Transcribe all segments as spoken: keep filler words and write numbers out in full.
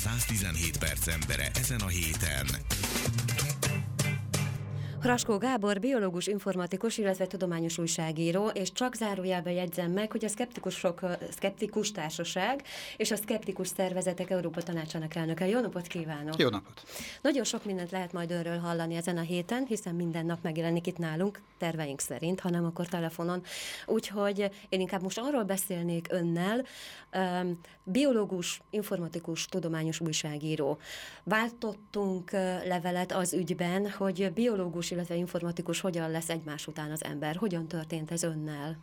száztizenhét perc embere ezen a héten. Raskó Gábor, biológus, informatikus, illetve tudományos újságíró, és csak zárójelben jegyzem meg, hogy a Szkeptikusok, Szkeptikus Társaság és a Szkeptikus Szervezetek Európa Tanácsának elnöke. Jó napot kívánok! Jó napot! Nagyon sok mindent lehet majd önről hallani ezen a héten, hiszen minden nap megjelenik itt nálunk, terveink szerint, ha nem, akkor telefonon. Úgyhogy én inkább most arról beszélnék önnel, um, biológus, informatikus, tudományos újságíró. Váltottunk levelet az ügyben, hogy biológus, illetve informatikus hogyan lesz egymás után az ember. Hogyan történt ez önnel?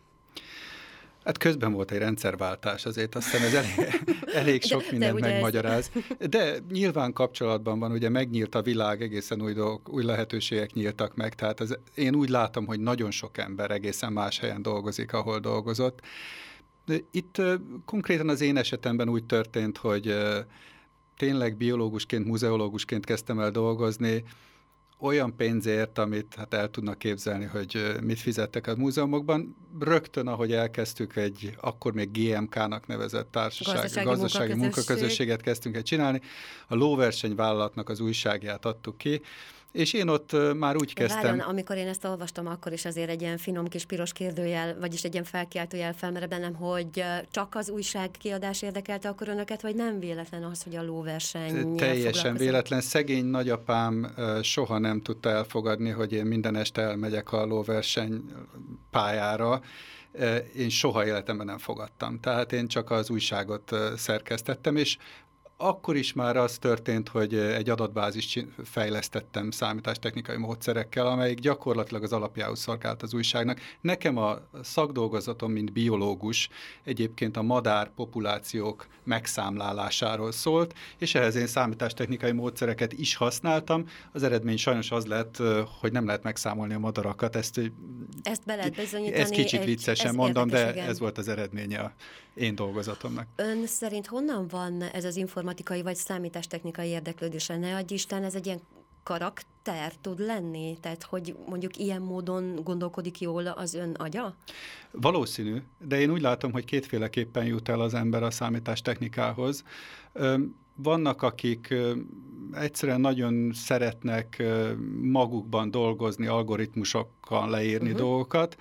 Hát közben volt egy rendszerváltás, azért azt hiszem ez elég, elég sok de, mindent de megmagyaráz. Ez... De nyilván kapcsolatban van, ugye megnyílt a világ, egészen új, dolgok, új lehetőségek nyíltak meg, tehát ez, én úgy látom, hogy nagyon sok ember egészen más helyen dolgozik, ahol dolgozott. De itt uh, konkrétan az én esetemben úgy történt, hogy uh, tényleg biológusként, muzeológusként kezdtem el dolgozni, olyan pénzért, amit hát el tudnak képzelni, hogy mit fizettek a múzeumokban. Rögtön, ahogy elkezdtük, egy akkor még gé em ká-nak nevezett társaság, gazdasági, gazdasági munkaközösséget kezdtünk el csinálni. A lóversenyvállalatnak az újságját adtuk ki, és én ott már úgy kezdtem... Várjon, amikor én ezt olvastam, akkor is azért egy ilyen finom kis piros kérdőjel, vagyis egy ilyen felkiáltójel felmerül bennem, hogy csak az újságkiadás érdekelte akkor önöket, vagy nem véletlen az, hogy a lóverseny... Teljesen véletlen. Szegény nagyapám soha nem tudta elfogadni, hogy én minden este elmegyek a lóverseny pályára. Én soha életemben nem fogadtam. Tehát én csak az újságot szerkesztettem, és akkor is már az történt, hogy egy adatbázist fejlesztettem számítástechnikai módszerekkel, amelyik gyakorlatilag az alapjául szolgált az újságnak. Nekem a szakdolgozatom, mint biológus, egyébként a madár populációk megszámlálásáról szólt, és ehhez én számítástechnikai módszereket is használtam. Az eredmény sajnos az lett, hogy nem lehet megszámolni a madarakat. Ezt, Ezt be lehet bizonyítani. Ezt kicsit viccesen mondom, érdekes, de igen. Ez volt az eredménye a én dolgozatomnak. Ön szerint honnan van ez az informatikai vagy számítástechnikai érdeklődése? Ne adj Isten, ez egy ilyen karakter tud lenni? Tehát, hogy mondjuk ilyen módon gondolkodik jól az ön agya? Valószínű, de én úgy látom, hogy kétféleképpen jut el az ember a számítástechnikához. Vannak, akik egyszerűen nagyon szeretnek magukban dolgozni, algoritmusokkal leírni uh-huh. dolgokat.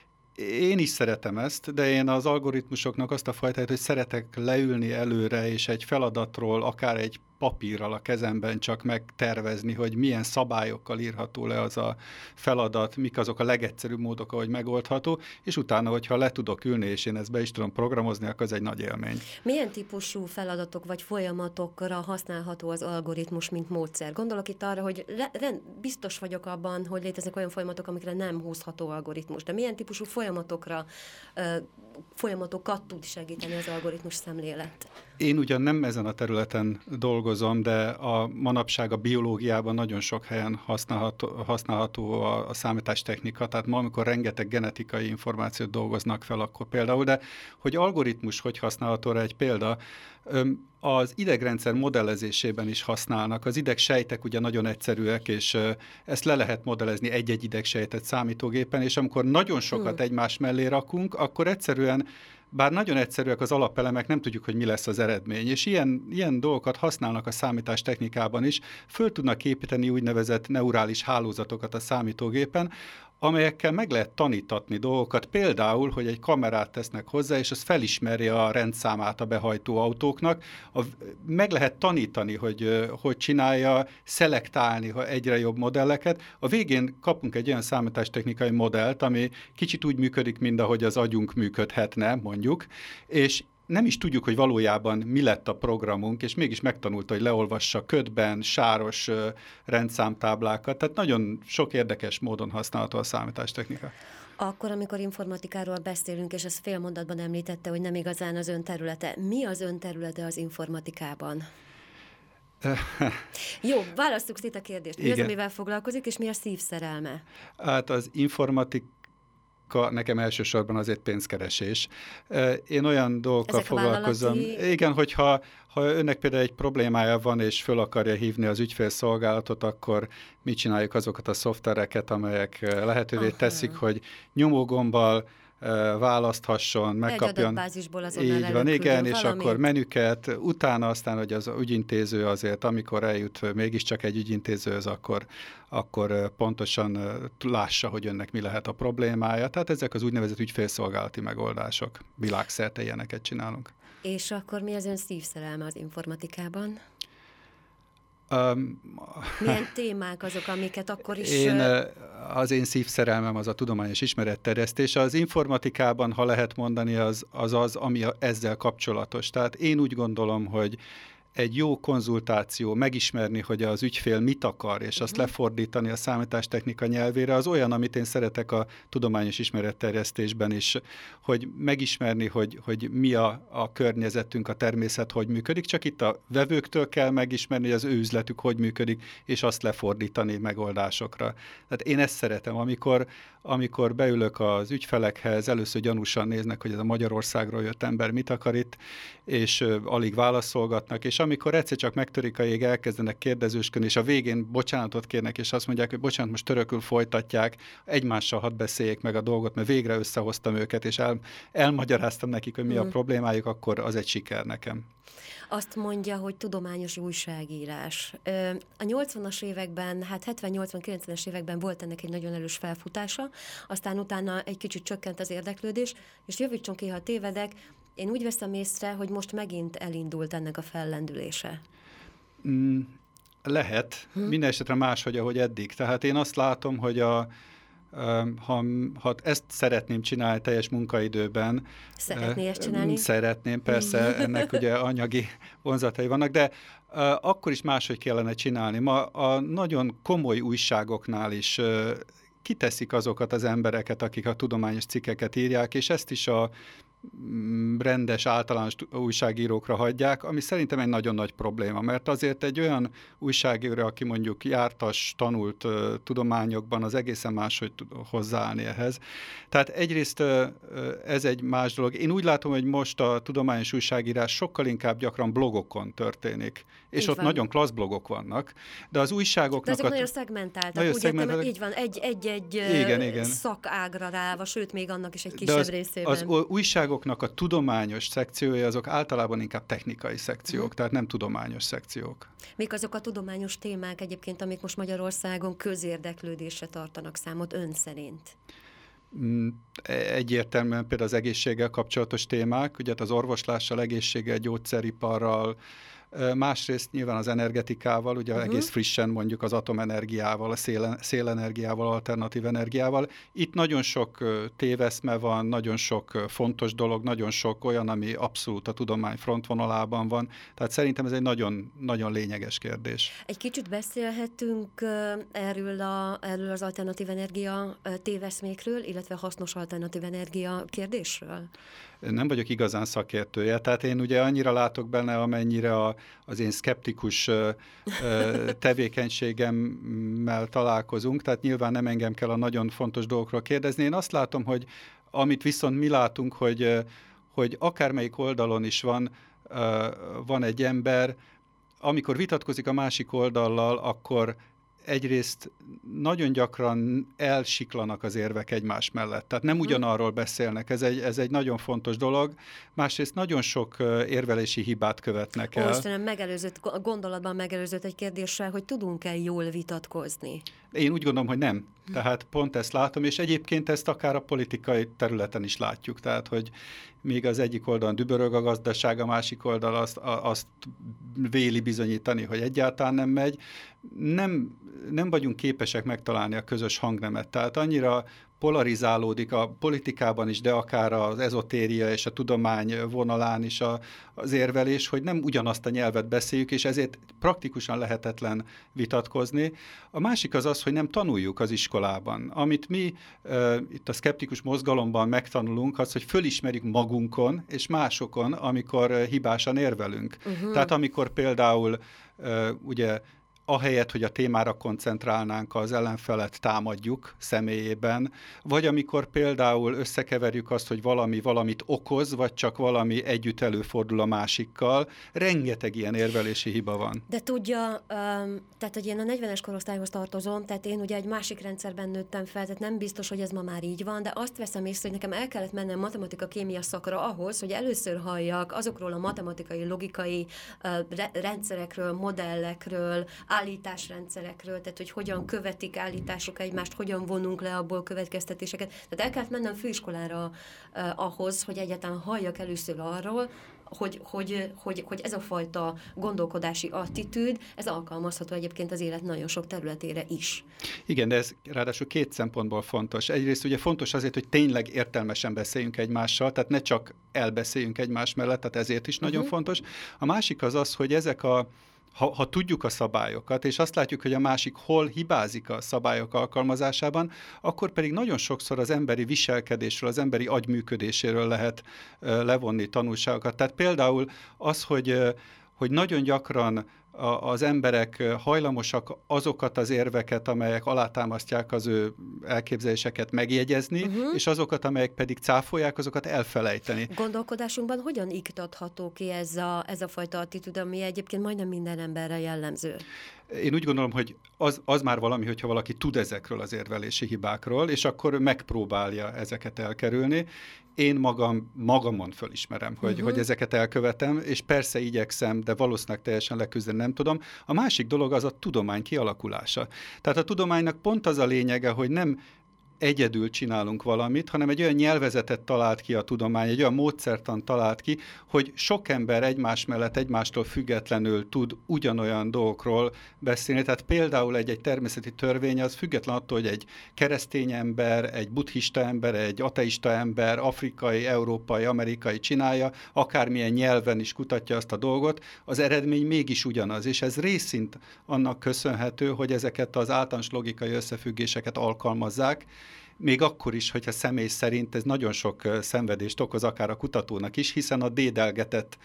Én is szeretem ezt, de én az algoritmusoknak azt a fajtát, hogy szeretek leülni előre, és egy feladatról, akár egy papírral a kezemben csak megtervezni, hogy milyen szabályokkal írható le az a feladat, mik azok a legegyszerűbb módok, ahogy megoldható, és utána, hogyha le tudok ülni, és én ezt be is tudom programozni, akkor ez egy nagy élmény. Milyen típusú feladatok vagy folyamatokra használható az algoritmus, mint módszer? Gondolok itt arra, hogy le, rend, biztos vagyok abban, hogy léteznek olyan folyamatok, amikre nem húzható algoritmus, de milyen típusú folyamatokra, ö, folyamatokat tud segíteni az algoritmus szemlélet? Én ugyan nem ezen a területen dolgozom, de a manapság a biológiában nagyon sok helyen használható, használható a, a számítástechnika, tehát ma, amikor rengeteg genetikai információt dolgoznak fel, akkor például, de hogy algoritmus hogy használható rá egy példa, az idegrendszer modellezésében is használnak. Az idegsejtek ugye nagyon egyszerűek, és ezt le lehet modellezni egy-egy idegsejtet számítógépen, és amikor nagyon sokat hmm. egymás mellé rakunk, akkor egyszerűen bár nagyon egyszerűek az alapelemek, nem tudjuk, hogy mi lesz az eredmény. És ilyen, ilyen dolgokat használnak a számítástechnikában is. Föl tudnak építeni úgynevezett neurális hálózatokat a számítógépen, amelyekkel meg lehet tanítatni dolgokat, például, hogy egy kamerát tesznek hozzá, és az felismeri a rendszámát a behajtó autóknak. A, meg lehet tanítani, hogy hogy csinálja, szelektálni egyre jobb modelleket. A végén kapunk egy olyan számítástechnikai modellt, ami kicsit úgy működik, mint ahogy az agyunk működhetne, mondjuk, és nem is tudjuk, hogy valójában mi lett a programunk, és mégis megtanulta, hogy leolvassa ködben, sáros uh, rendszámtáblákat, tehát nagyon sok érdekes módon használható a számítástechnika. Akkor, amikor informatikáról beszélünk, és ezt fél mondatban említette, hogy nem igazán az ön területe. Mi az ön területe az informatikában? Jó, választjuk szét a kérdést. Mi Igen. az, amivel foglalkozik, és mi a szívszerelme? Hát az informatika nekem elsősorban azért pénzkeresés. Én olyan dolgokkal Ezek foglalkozom. Vállalati... Igen, hogyha ha önnek például egy problémája van, és föl akarja hívni az ügyfélszolgálatot, akkor mi csináljuk azokat a szoftvereket, amelyek lehetővé Aha. teszik, hogy nyomógombbal választhasson, megkapjon. Egy adatbázisból azonnal így van, igen, és valamit. akkor menüket, utána aztán, hogy az ügyintéző azért, amikor eljut mégiscsak egy ügyintézőhöz, akkor, akkor pontosan lássa, hogy önnek mi lehet a problémája. Tehát ezek az úgynevezett ügyfélszolgálati megoldások. Világszerte ilyeneket csinálunk. És akkor mi az ön szívszerelme az informatikában? Um, Milyen témák azok, amiket akkor is... Én, az én szívszerelmem az a tudományos ismeretterjesztés. Az informatikában, ha lehet mondani, az az, az ami ezzel kapcsolatos. Tehát én úgy gondolom, hogy egy jó konzultáció, megismerni, hogy az ügyfél mit akar, és azt uh-huh. lefordítani a számítástechnika nyelvére, az olyan, amit én szeretek a tudományos ismeretterjesztésben is, hogy megismerni, hogy, hogy mi a, a környezetünk, a természet hogy működik, csak itt a vevőktől kell megismerni, hogy az ő üzletük hogy működik, és azt lefordítani megoldásokra. Tehát én ezt szeretem, amikor, amikor beülök az ügyfelekhez, először gyanúsan néznek, hogy ez a Magyarországról jött ember mit akar itt, és uh, alig válaszolgatnak, és amikor egyszer csak megtörik a jég, elkezdenek kérdezősködni, és a végén bocsánatot kérnek, és azt mondják, hogy bocsánat, most törökül folytatják, egymással hadd beszéljék meg a dolgot, mert végre összehoztam őket, és el, elmagyaráztam nekik, hogy mi a problémájuk, akkor az egy siker nekem. Azt mondja, hogy tudományos újságírás. A nyolcvanas években, hát hetven-nyolcvan-kilencvenes években volt ennek egy nagyon erős felfutása, aztán utána egy kicsit csökkent az érdeklődés, és javítson ki, ha tévedek, én úgy veszem észre, hogy most megint elindult ennek a fellendülése. Mm, lehet. Hm? Minden esetre máshogy, ahogy eddig. Tehát én azt látom, hogy a, ha, ha ezt szeretném csinálni teljes munkaidőben. Szeretné ezt csinálni? Szeretném, persze, ennek ugye anyagi vonzatai vannak, de akkor is máshogy kellene csinálni. Ma a nagyon komoly újságoknál is kiteszik azokat az embereket, akik a tudományos cikkeket írják, és ezt is a rendes, általános újságírókra hagyják, ami szerintem egy nagyon nagy probléma, mert azért egy olyan újságíró, aki mondjuk jártas, tanult uh, tudományokban, az egészen máshogy tud hozzáállni ehhez. Tehát egyrészt uh, ez egy más dolog. Én úgy látom, hogy most a tudományos újságírás sokkal inkább gyakran blogokon történik, és így ott van. Nagyon klassz blogok vannak, de az újságoknak... De ezek a... nagyon szegmentáltak, nagyon úgy szegmentáltak. értem, így van, egy-egy igen, igen. szakágra ráva, sőt, még annak is egy kisebb az, részében. Az újságoknak a tudományos szekciója, azok általában inkább technikai szekciók, hmm. tehát nem tudományos szekciók. Még azok a tudományos témák egyébként, amik most Magyarországon közérdeklődésre tartanak számot ön szerint? Egyértelműen például az egészséggel kapcsolatos témák, ugye az orvoslással, egészséggel, gyógyszeriparral, másrészt nyilván az energetikával, ugye uh-huh. egész frissen mondjuk az atomenergiával, a szél, szélenergiával, alternatív energiával. Itt nagyon sok téveszme van, nagyon sok fontos dolog, nagyon sok olyan, ami abszolút a tudomány frontvonalában van. Tehát szerintem ez egy nagyon, nagyon lényeges kérdés. Egy kicsit beszélhetünk erről, a, erről az alternatív energia téveszmékről, illetve hasznos alternatív energia kérdésről? Nem vagyok igazán szakértője, tehát én ugye annyira látok benne, amennyire a, az én szkeptikus tevékenységemmel találkozunk, tehát nyilván nem engem kell a nagyon fontos dolgokról kérdezni. Én azt látom, hogy amit viszont mi látunk, hogy, hogy akármelyik oldalon is van, van egy ember, amikor vitatkozik a másik oldallal, akkor egyrészt nagyon gyakran elsiklanak az érvek egymás mellett. Tehát nem ugyanarról beszélnek, ez egy, ez egy nagyon fontos dolog. Másrészt nagyon sok érvelési hibát követnek el. Most megelőzött, a gondolatban megelőzött egy kérdéssel, hogy tudunk-e jól vitatkozni? Én úgy gondolom, hogy nem. Tehát pont ezt látom, és egyébként ezt akár a politikai területen is látjuk. Tehát, hogy még az egyik oldalon dübörög a gazdaság, a másik oldal azt, azt véli bizonyítani, hogy egyáltalán nem megy. Nem, nem vagyunk képesek megtalálni a közös hangnemet. Tehát annyira polarizálódik a politikában is, de akár az ezotéria és a tudomány vonalán is a, az érvelés, hogy nem ugyanazt a nyelvet beszéljük, és ezért praktikusan lehetetlen vitatkozni. A másik az az, hogy nem tanuljuk az iskolában. Amit mi uh, itt a szkeptikus mozgalomban megtanulunk, az, hogy fölismerjük magunkon és másokon, amikor uh, hibásan érvelünk. Uh-huh. Tehát amikor például uh, ugye ahelyett, hogy a témára koncentrálnánk, az ellenfelet támadjuk személyében, vagy amikor például összekeverjük azt, hogy valami valamit okoz, vagy csak valami együtt előfordul a másikkal, rengeteg ilyen érvelési hiba van. De tudja, um, tehát, hogy én a negyvenes korosztályhoz tartozom, tehát én ugye egy másik rendszerben nőttem fel, tehát nem biztos, hogy ez ma már így van, de azt veszem észre, hogy nekem el kellett mennem matematika-kémia szakra ahhoz, hogy először halljak azokról a matematikai, logikai uh, re- rendszerekről, modellekről, állításrendszerekről, tehát hogy hogyan követik állítások egymást, hogyan vonunk le abból következtetéseket. Tehát el kellett mennem főiskolára uh, ahhoz, hogy egyáltalán halljak először arról, hogy, hogy, hogy, hogy ez a fajta gondolkodási attitűd, ez alkalmazható egyébként az élet nagyon sok területére is. Igen, de ez ráadásul két szempontból fontos. Egyrészt ugye fontos azért, hogy tényleg értelmesen beszéljünk egymással, tehát ne csak elbeszéljünk egymás mellett, tehát ezért is nagyon uh-huh. fontos. A másik az az, hogy ezek a Ha, ha tudjuk a szabályokat, és azt látjuk, hogy a másik hol hibázik a szabályok alkalmazásában, akkor pedig nagyon sokszor az emberi viselkedésről, az emberi agyműködéséről lehet uh, levonni tanulságokat. Tehát például az, hogy, uh, hogy nagyon gyakran a, az emberek hajlamosak azokat az érveket, amelyek alátámasztják az ő elképzeléseket megjegyezni, uh-huh. és azokat, amelyek pedig cáfolják, azokat elfelejteni. Gondolkodásunkban hogyan iktatható ki ez a, ez a fajta attitűd, ami egyébként majdnem minden emberre jellemző? Én úgy gondolom, hogy az, az már valami, hogyha valaki tud ezekről az érvelési hibákról, és akkor megpróbálja ezeket elkerülni. Én magam, magamon fölismerem, hogy, uh-huh. hogy ezeket elkövetem, és persze igyekszem, de valószínűleg teljesen leküzdeni nem tudom. A másik dolog az a tudomány kialakulása. Tehát a tudománynak pont az a lényege, hogy nem egyedül csinálunk valamit, hanem egy olyan nyelvezetet talált ki a tudomány, egy olyan módszertan talált ki, hogy sok ember egymás mellett, egymástól függetlenül tud ugyanolyan dolgokról beszélni. Tehát például egy, egy természeti törvény az független attól, hogy egy keresztény ember, egy buddhista ember, egy ateista ember, afrikai, európai, amerikai csinálja, akármilyen nyelven is kutatja azt a dolgot, az eredmény mégis ugyanaz. És ez részint annak köszönhető, hogy ezeket az általános logikai összefüggéseket alkalmazzák, még akkor is, hogyha személy szerint ez nagyon sok szenvedést okoz, akár a kutatónak is, hiszen a dédelgetett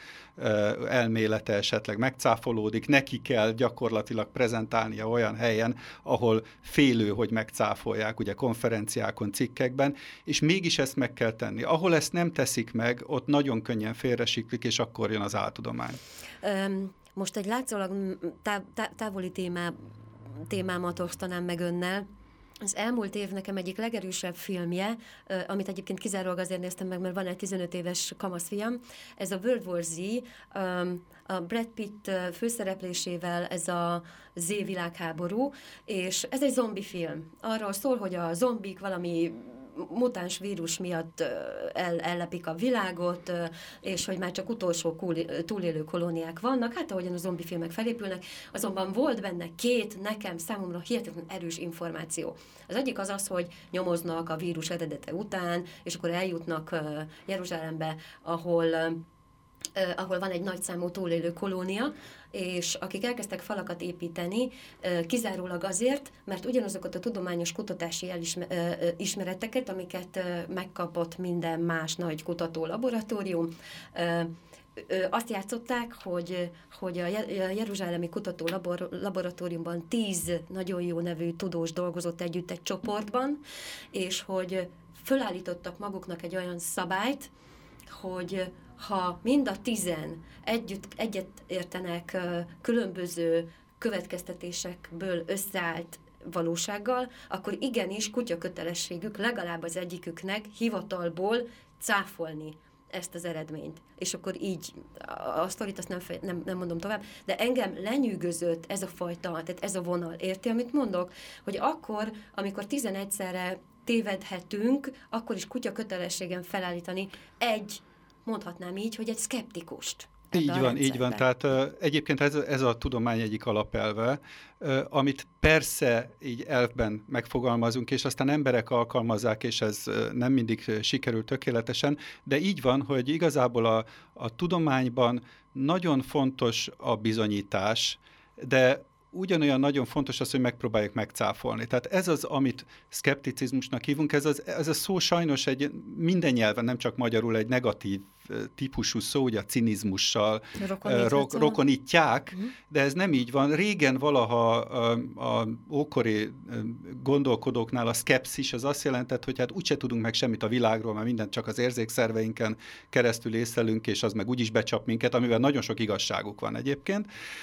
elmélete esetleg megcáfolódik, neki kell gyakorlatilag prezentálnia olyan helyen, ahol félő, hogy megcáfolják, ugye konferenciákon, cikkekben, és mégis ezt meg kell tenni. Ahol ezt nem teszik meg, ott nagyon könnyen félresiklik, és akkor jön az áltudomány. Most egy látszólag táv, táv, távoli témá, témámat osztanám meg önnel. Az elmúlt év nekem egyik legerősebb filmje, amit egyébként kizárólag azért néztem meg, mert van egy tizenöt éves kamaszfiam, ez a World War Z, a Brad Pitt főszereplésével, ez a Z világháború, és ez egy zombi film. Arról szól, hogy a zombik valami mutáns vírus miatt el, ellepik a világot, és hogy már csak utolsó túlélő kolóniák vannak, hát ahogyan a zombi filmek felépülnek, azonban volt benne két, nekem, számomra hihetetlen erős információ. Az egyik az az, hogy nyomoznak a vírus eredete után, és akkor eljutnak Jeruzsálembe, ahol Uh, ahol van egy nagyszámú túlélő kolónia, és akik elkezdtek falakat építeni, uh, kizárólag azért, mert ugyanazokat a tudományos kutatási elismer- uh, ismereteket, amiket uh, megkapott minden más nagy kutató laboratórium, uh, azt játszották, hogy, hogy a Jeruzsálemi Kutató Labor, Laboratóriumban tíz nagyon jó nevű tudós dolgozott együtt egy csoportban, és hogy fölállítottak maguknak egy olyan szabályt, hogy ha mind a tizen együtt, egyet értenek különböző következtetésekből összeállt valósággal, akkor igenis kutya kötelességük legalább az egyiküknek hivatalból cáfolni ezt az eredményt. És akkor így, a, a sztorit azt nem, fej, nem, nem mondom tovább, de engem lenyűgözött ez a fajta, tehát ez a vonal. Érti, amit mondok? Hogy akkor, amikor tizenegyszerre tévedhetünk, akkor is kutya kötelességem felállítani egy, mondhatnám így, hogy egy szkeptikust. Így van, így van. Tehát uh, egyébként ez, ez a tudomány egyik alapelve, uh, amit persze így elvben megfogalmazunk, és aztán emberek alkalmazzák, és ez uh, nem mindig sikerül tökéletesen, de így van, hogy igazából a, a tudományban nagyon fontos a bizonyítás, de ugyanolyan nagyon fontos az, hogy megpróbáljuk megcáfolni. Tehát ez az, amit szkepticizmusnak hívunk, ez, az, ez a szó sajnos egy minden nyelven, nem csak magyarul egy negatív típusú szó, ugye a cinizmussal ro- rokonítják, uh-huh. de ez nem így van. Régen valaha a, a ókori gondolkodóknál a szkepszis az azt jelentett, hogy hát úgyse tudunk meg semmit a világról, mert mindent csak az érzékszerveinken keresztül észlelünk, és az meg úgyis becsap minket, amivel nagyon sok igazságuk van egyébként.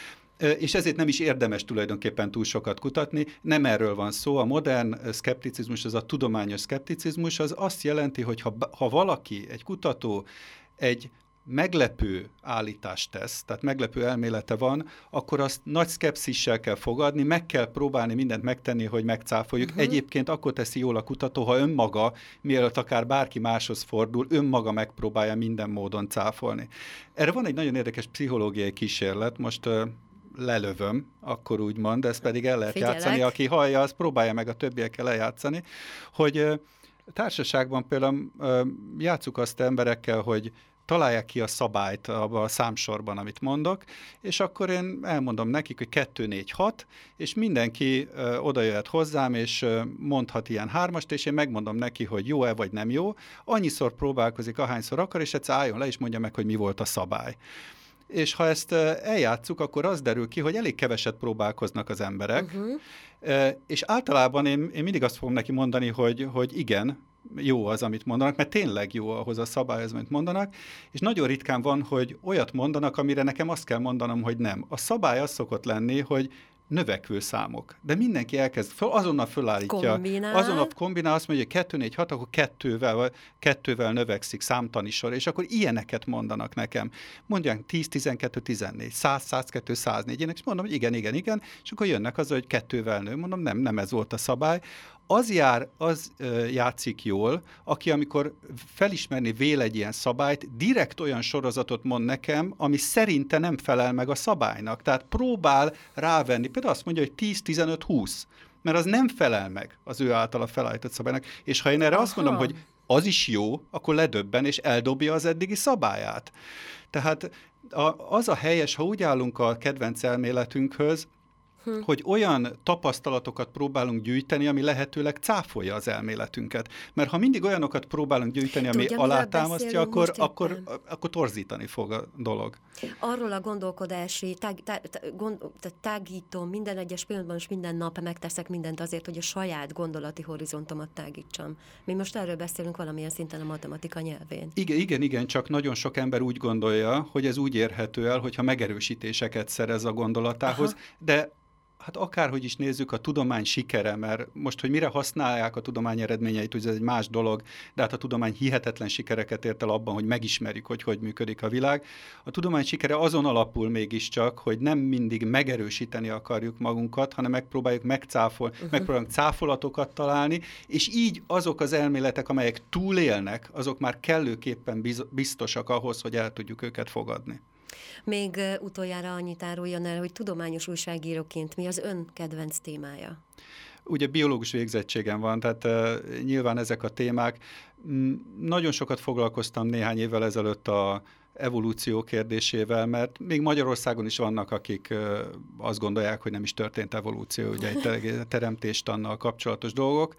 És ezért nem is érdemes tulajdonképpen túl sokat kutatni. Nem erről van szó. A modern szkepticizmus, az a tudományos szkepticizmus, az azt jelenti, hogy ha, ha valaki, egy kutató egy meglepő állítást tesz, tehát meglepő elmélete van, akkor azt nagy szkepszissel kell fogadni, meg kell próbálni mindent megtenni, hogy megcáfoljuk. Uh-huh. Egyébként akkor teszi jól a kutató, ha önmaga, mielőtt akár bárki máshoz fordul, önmaga megpróbálja minden módon cáfolni. Erre van egy nagyon érdekes pszichológiai kísérlet, most uh, lelövöm, akkor úgy mond, de ezt pedig el lehet Figyelek. játszani. Aki hallja, az próbálja meg a többiekkel lejátszani, hogy uh, társaságban például uh, játsszuk azt emberekkel, hogy találják ki a szabályt abban a számsorban, amit mondok, és akkor én elmondom nekik, hogy kettő, négy, hat, és mindenki ö, oda jöhet hozzám, és ö, mondhat ilyen hármast, és én megmondom neki, hogy jó-e vagy nem jó. Annyiszor próbálkozik, ahányszor akar, és egyszer álljon le, és mondja meg, hogy mi volt a szabály. És ha ezt ö, eljátszuk, akkor az derül ki, hogy elég keveset próbálkoznak az emberek, uh-huh. ö, és általában én, én mindig azt fogom neki mondani, hogy, hogy igen, jó az, amit mondanak, mert tényleg jó ahhoz a szabályhoz, amit mondanak, és nagyon ritkán van, hogy olyat mondanak, amire nekem azt kell mondanom, hogy nem. A szabály az szokott lenni, hogy növekvő számok. De mindenki elkezd, föl, azonnal fölállítja. Kombinál. Azonnal kombinál, azt mondja, hogy kettő, négy, hat, akkor kettővel, kettővel növekszik számtani sor, és akkor ilyeneket mondanak nekem. Mondják tíz, tizenkettő, tizennégy, száz, százkettő, száznégy, ilyenek, és mondom, hogy igen, igen, igen, és akkor jönnek azzal, hogy kettővel nő. Mondom, nem, nem ez volt a szabály. Az jár, az ö, játszik jól, aki amikor felismerni vél egy ilyen szabályt, direkt olyan sorozatot mond nekem, ami szerinte nem felel meg a szabálynak. Tehát próbál rávenni. Például azt mondja, hogy tíz, tizenöt, húsz, mert az nem felel meg az ő általa felállított szabálynak. És ha én erre Aha. azt mondom, hogy az is jó, akkor ledöbben, és eldobja az eddigi szabályát. Tehát a, az a helyes, ha úgy állunk a kedvenc elméletünkhöz, Hm. hogy olyan tapasztalatokat próbálunk gyűjteni, ami lehetőleg cáfolja az elméletünket. Mert ha mindig olyanokat próbálunk gyűjteni, ami Tudja, alátámasztja, akkor, akkor, akkor torzítani fog a dolog. Arról a gondolkodási, tág, tág, tág, gond, tágítom, minden egyes pillanatban és minden nap megteszek mindent azért, hogy a saját gondolati horizontomat tágítsam. Mi most erről beszélünk valamilyen szinten a matematika nyelvén. Igen, igen, igen, csak nagyon sok ember úgy gondolja, hogy ez úgy érhető el, hogyha megerősítéseket szerez a gondolatához, Aha. de hát akárhogy is nézzük, a tudomány sikere, mert most, hogy mire használják a tudomány eredményeit, ugye ez egy más dolog, de hát a tudomány hihetetlen sikereket ért el abban, hogy megismerjük, hogy hogy működik a világ. A tudomány sikere azon alapul mégiscsak, hogy nem mindig megerősíteni akarjuk magunkat, hanem megpróbáljuk megcáfolni, uh-huh. megpróbáljuk cáfolatokat találni, és így azok az elméletek, amelyek túlélnek, azok már kellőképpen biztosak ahhoz, hogy el tudjuk őket fogadni. Még utoljára annyit áruljon el, hogy tudományos újságíróként mi az ön kedvenc témája? Ugye biológus végzettségem van, tehát uh, nyilván ezek a témák. Mm, nagyon sokat foglalkoztam néhány évvel ezelőtt a evolúció kérdésével, mert még Magyarországon is vannak, akik uh, azt gondolják, hogy nem is történt evolúció, ugye egy teremtéstannal kapcsolatos dolgok.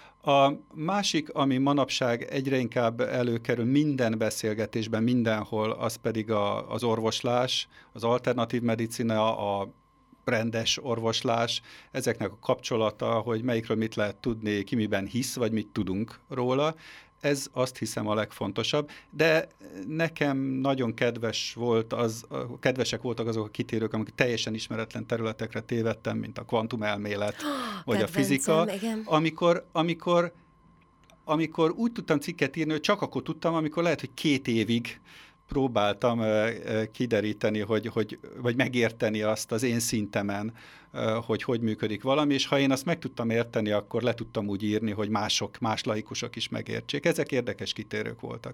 A másik, ami manapság egyre inkább előkerül minden beszélgetésben, mindenhol, az pedig a, az orvoslás, az alternatív medicina, a rendes orvoslás, ezeknek a kapcsolata, hogy melyikről mit lehet tudni, ki miben hisz, vagy mit tudunk róla. Ez azt hiszem a legfontosabb, de nekem nagyon kedves volt az, kedvesek voltak azok a kitérők, amik teljesen ismeretlen területekre tévedtem, mint a kvantumelmélet, oh, vagy a fizika, amikor, amikor, amikor úgy tudtam cikket írni, hogy csak akkor tudtam, amikor lehet, hogy két évig próbáltam uh, kideríteni, hogy, hogy, vagy megérteni azt az én szintemen, uh, hogy hogy működik valami, és ha én azt meg tudtam érteni, akkor le tudtam úgy írni, hogy mások, más laikusok is megértsék. Ezek érdekes kitérők voltak.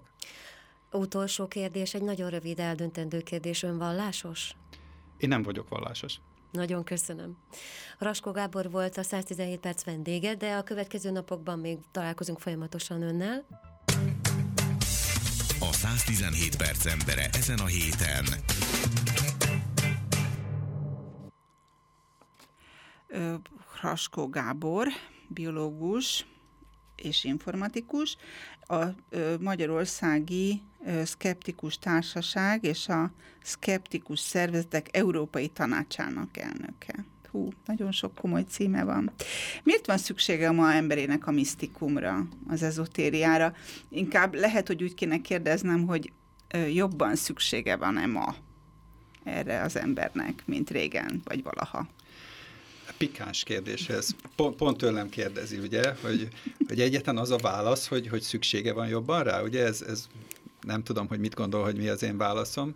Utolsó kérdés, egy nagyon rövid eldöntendő kérdés. Ön vallásos? Én nem vagyok vallásos. Nagyon köszönöm. Raskó Gábor volt a száztizenhét perc vendége, de a következő napokban még találkozunk folyamatosan önnel. A száztizenhét perc embere ezen a héten. Hraskó Gábor, biológus és informatikus, a Magyarországi Szkeptikus Társaság és a Szkeptikus Szervezetek Európai Tanácsának elnöke. Hú, nagyon sok komoly címe van. Miért van szüksége ma emberének a misztikumra, az ezotériára? Inkább lehet, hogy úgy kéne kérdeznem, hogy jobban szüksége van-e ma erre az embernek, mint régen, vagy valaha? Pikáns kérdés ez. Pont, pont tőlem kérdezi, ugye, hogy, hogy egyetlen az a válasz, hogy, hogy szüksége van jobban rá, ugye ez, ez nem tudom, hogy mit gondol, hogy mi az én válaszom.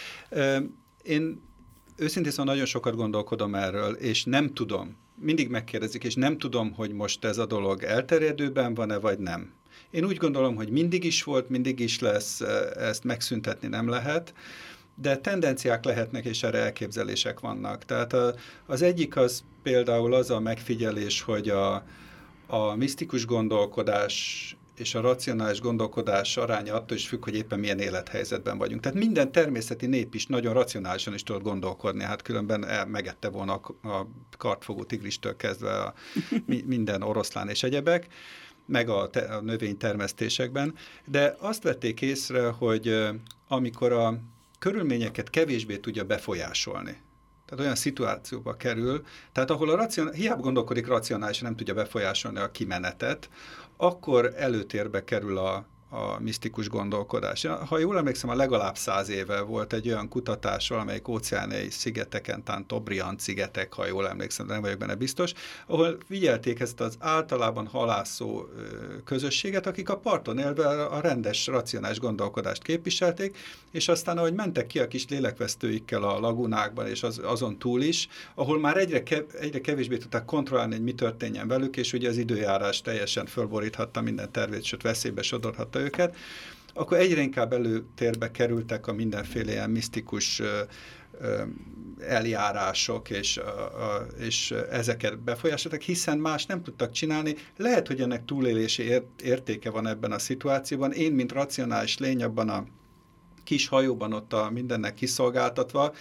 Én őszintén szóval nagyon sokat gondolkodom erről, és nem tudom, mindig megkérdezik, és nem tudom, hogy most ez a dolog elterjedőben van-e, vagy nem. Én úgy gondolom, hogy mindig is volt, mindig is lesz, ezt megszüntetni nem lehet, de tendenciák lehetnek, és erre elképzelések vannak. Tehát a, az egyik az például az a megfigyelés, hogy a, a misztikus gondolkodás és a racionális gondolkodás aránya attól is függ, hogy éppen milyen élethelyzetben vagyunk. Tehát minden természeti nép is nagyon racionálisan is tud gondolkodni, hát különben el, megette volna a, a kartfogó tigristől kezdve a, mi, minden oroszlán és egyebek, meg a, te, a növénytermesztésekben. De azt vették észre, hogy amikor a körülményeket kevésbé tudja befolyásolni, tehát olyan szituációba kerül, tehát ahol a racion, hiába gondolkodik racionálisan, nem tudja befolyásolni a kimenetet, akkor előtérbe kerül a, a misztikus gondolkodás. Ha jól emlékszem, a legalább száz éve volt egy olyan kutatás valamelyik óceániai szigeteken, talán Tobriant szigetek, ha jól emlékszem, de nem vagyok benne biztos, ahol figyelték ezt az általában halászó közösséget, akik a parton élve a rendes, racionális gondolkodást képviselték, és aztán, ahogy mentek ki a kis lélekvesztőikkel a lagunákban, és az, azon túl is, ahol már egyre, kev, egyre kevésbé tudták kontrollálni, hogy mi történjen velük, és ugye az időjárás teljesen fölboríthatta minden tervét, sőt veszélybe sodorhatta őket, akkor egyre inkább előtérbe kerültek a mindenféle ilyen misztikus ö, ö, eljárások, és, a, a, és ezeket befolyásoltak, hiszen más nem tudtak csinálni. Lehet, hogy ennek túlélési ért, értéke van ebben a szituációban. Én, mint racionális lény, abban a kis hajóban ott a mindennek kiszolgáltatva,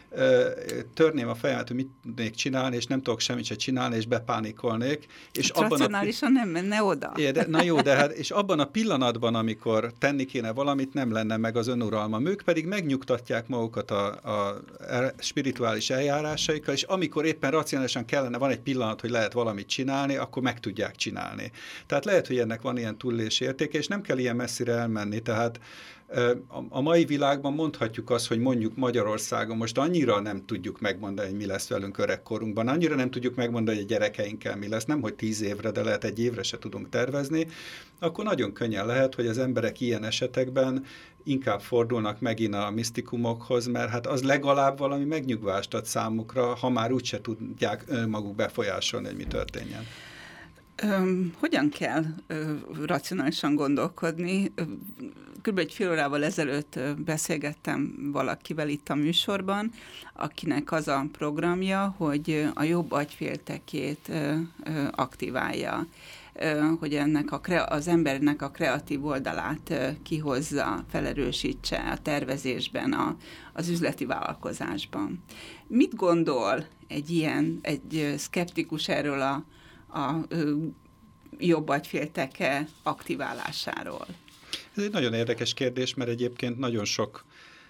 törném a fejemet, hogy mit tudnék csinálni, és nem tudok semmit se csinálni, és bepánikolnék. És hát abban racionálisan a... nem menne oda. É, de, na jó, de hát, és abban a pillanatban, amikor tenni kéne valamit, nem lenne meg az önuralma. Ők pedig megnyugtatják magukat a, a spirituális eljárásaikkal, és amikor éppen racionálisan kellene, van egy pillanat, hogy lehet valamit csinálni, akkor meg tudják csinálni. Tehát lehet, hogy ennek van ilyen túlélési értéke, és nem kell ilyen messzire elmenni, tehát a mai világban mondhatjuk azt, hogy mondjuk Magyarországon most annyira nem tudjuk megmondani, hogy mi lesz velünk öregkorunkban, annyira nem tudjuk megmondani, hogy a gyerekeinkkel mi lesz, nem hogy tíz évre, de lehet egy évre se tudunk tervezni, akkor nagyon könnyen lehet, hogy az emberek ilyen esetekben inkább fordulnak megint a misztikumokhoz, mert hát az legalább valami megnyugvást ad számukra, ha már úgyse tudják önmaguk befolyásolni, hogy mi történjen. Öm, hogyan kell ö, racionálisan gondolkodni? Kb. egy fél órával ezelőtt beszélgettem valakivel itt a műsorban, akinek az a programja, hogy a jobb agyféltekét ö, ö, aktiválja, ö, hogy ennek a kre- az embernek a kreatív oldalát ö, kihozza, felerősítse a tervezésben, a, az üzleti vállalkozásban. Mit gondol egy ilyen, egy szkeptikus erről a a ö, jobb agyfélteke aktiválásáról? Ez egy nagyon érdekes kérdés, mert egyébként nagyon sok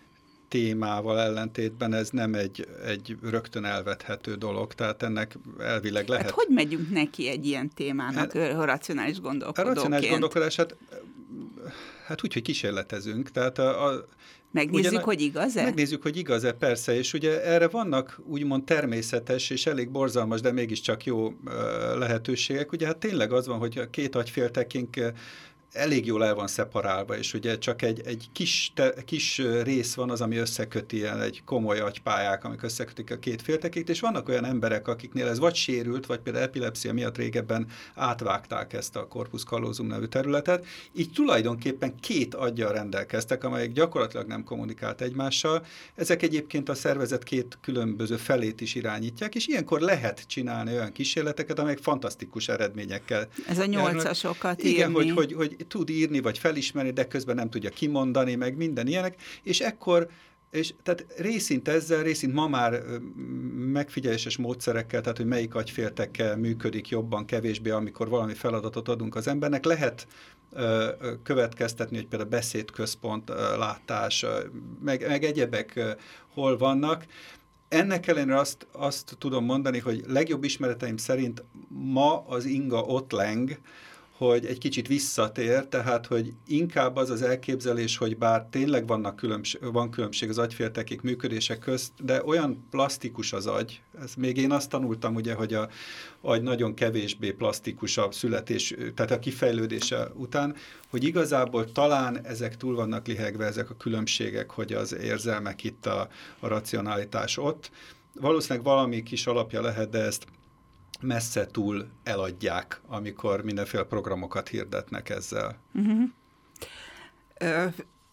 témával ellentétben ez nem egy, egy rögtön elvethető dolog, tehát ennek elvileg lehet. Hát hogy megyünk neki egy ilyen témának, hát, a racionális gondolkodóként? A racionális gondolkodás, hát, hát úgy, hogy kísérletezünk, tehát a, a Megnézzük, ugyan, hogy igaz-e? Megnézzük, hogy igaz-e, persze, és ugye erre vannak úgymond természetes és elég borzalmas, de mégiscsak jó uh, lehetőségek. Ugye hát tényleg az van, hogy a két agyféltekink uh, elég jól el van szeparálva, és ugye csak egy, egy kis, te, kis rész van az, ami összeköti, ilyen egy komoly agypályák, amik összekötik a két féltekét, és vannak olyan emberek, akiknél ez vagy sérült, vagy például epilepszia miatt régebben átvágták ezt a corpus callosum nevű területet, így tulajdonképpen két aggyal rendelkeztek, amelyek gyakorlatilag nem kommunikált egymással. Ezek egyébként a szervezet két különböző felét is irányítják, és ilyenkor lehet csinálni olyan kísérleteket, amelyek fantasztikus eredményekkel. Ez a nyolcasokat írni. Igen, hogy, hogy, hogy tud írni, vagy felismerni, de közben nem tudja kimondani, meg minden ilyenek, és ekkor, és tehát részint ezzel, részint ma már megfigyeléses módszerekkel, tehát hogy melyik agyféltekkel működik jobban, kevésbé, amikor valami feladatot adunk az embernek, lehet következtetni, hogy például beszédközpont, látás, meg, meg egyebek hol vannak. Ennek ellenére azt, azt tudom mondani, hogy legjobb ismereteim szerint ma az inga ott leng, hogy egy kicsit visszatér, tehát, hogy inkább az az elképzelés, hogy bár tényleg vannak különbség, van különbség az agyféltekek működések közt, de olyan plastikus az agy, ez még én azt tanultam, ugye, hogy a agy nagyon kevésbé plastikus a születés, tehát a kifejlődése után, hogy igazából talán ezek túl vannak lihegve, ezek a különbségek, hogy az érzelmek itt, a, a racionalitás ott. Valószínűleg valami kis alapja lehet, de ezt messze túl eladják, amikor mindenféle programokat hirdetnek ezzel. Uh-huh. Ö,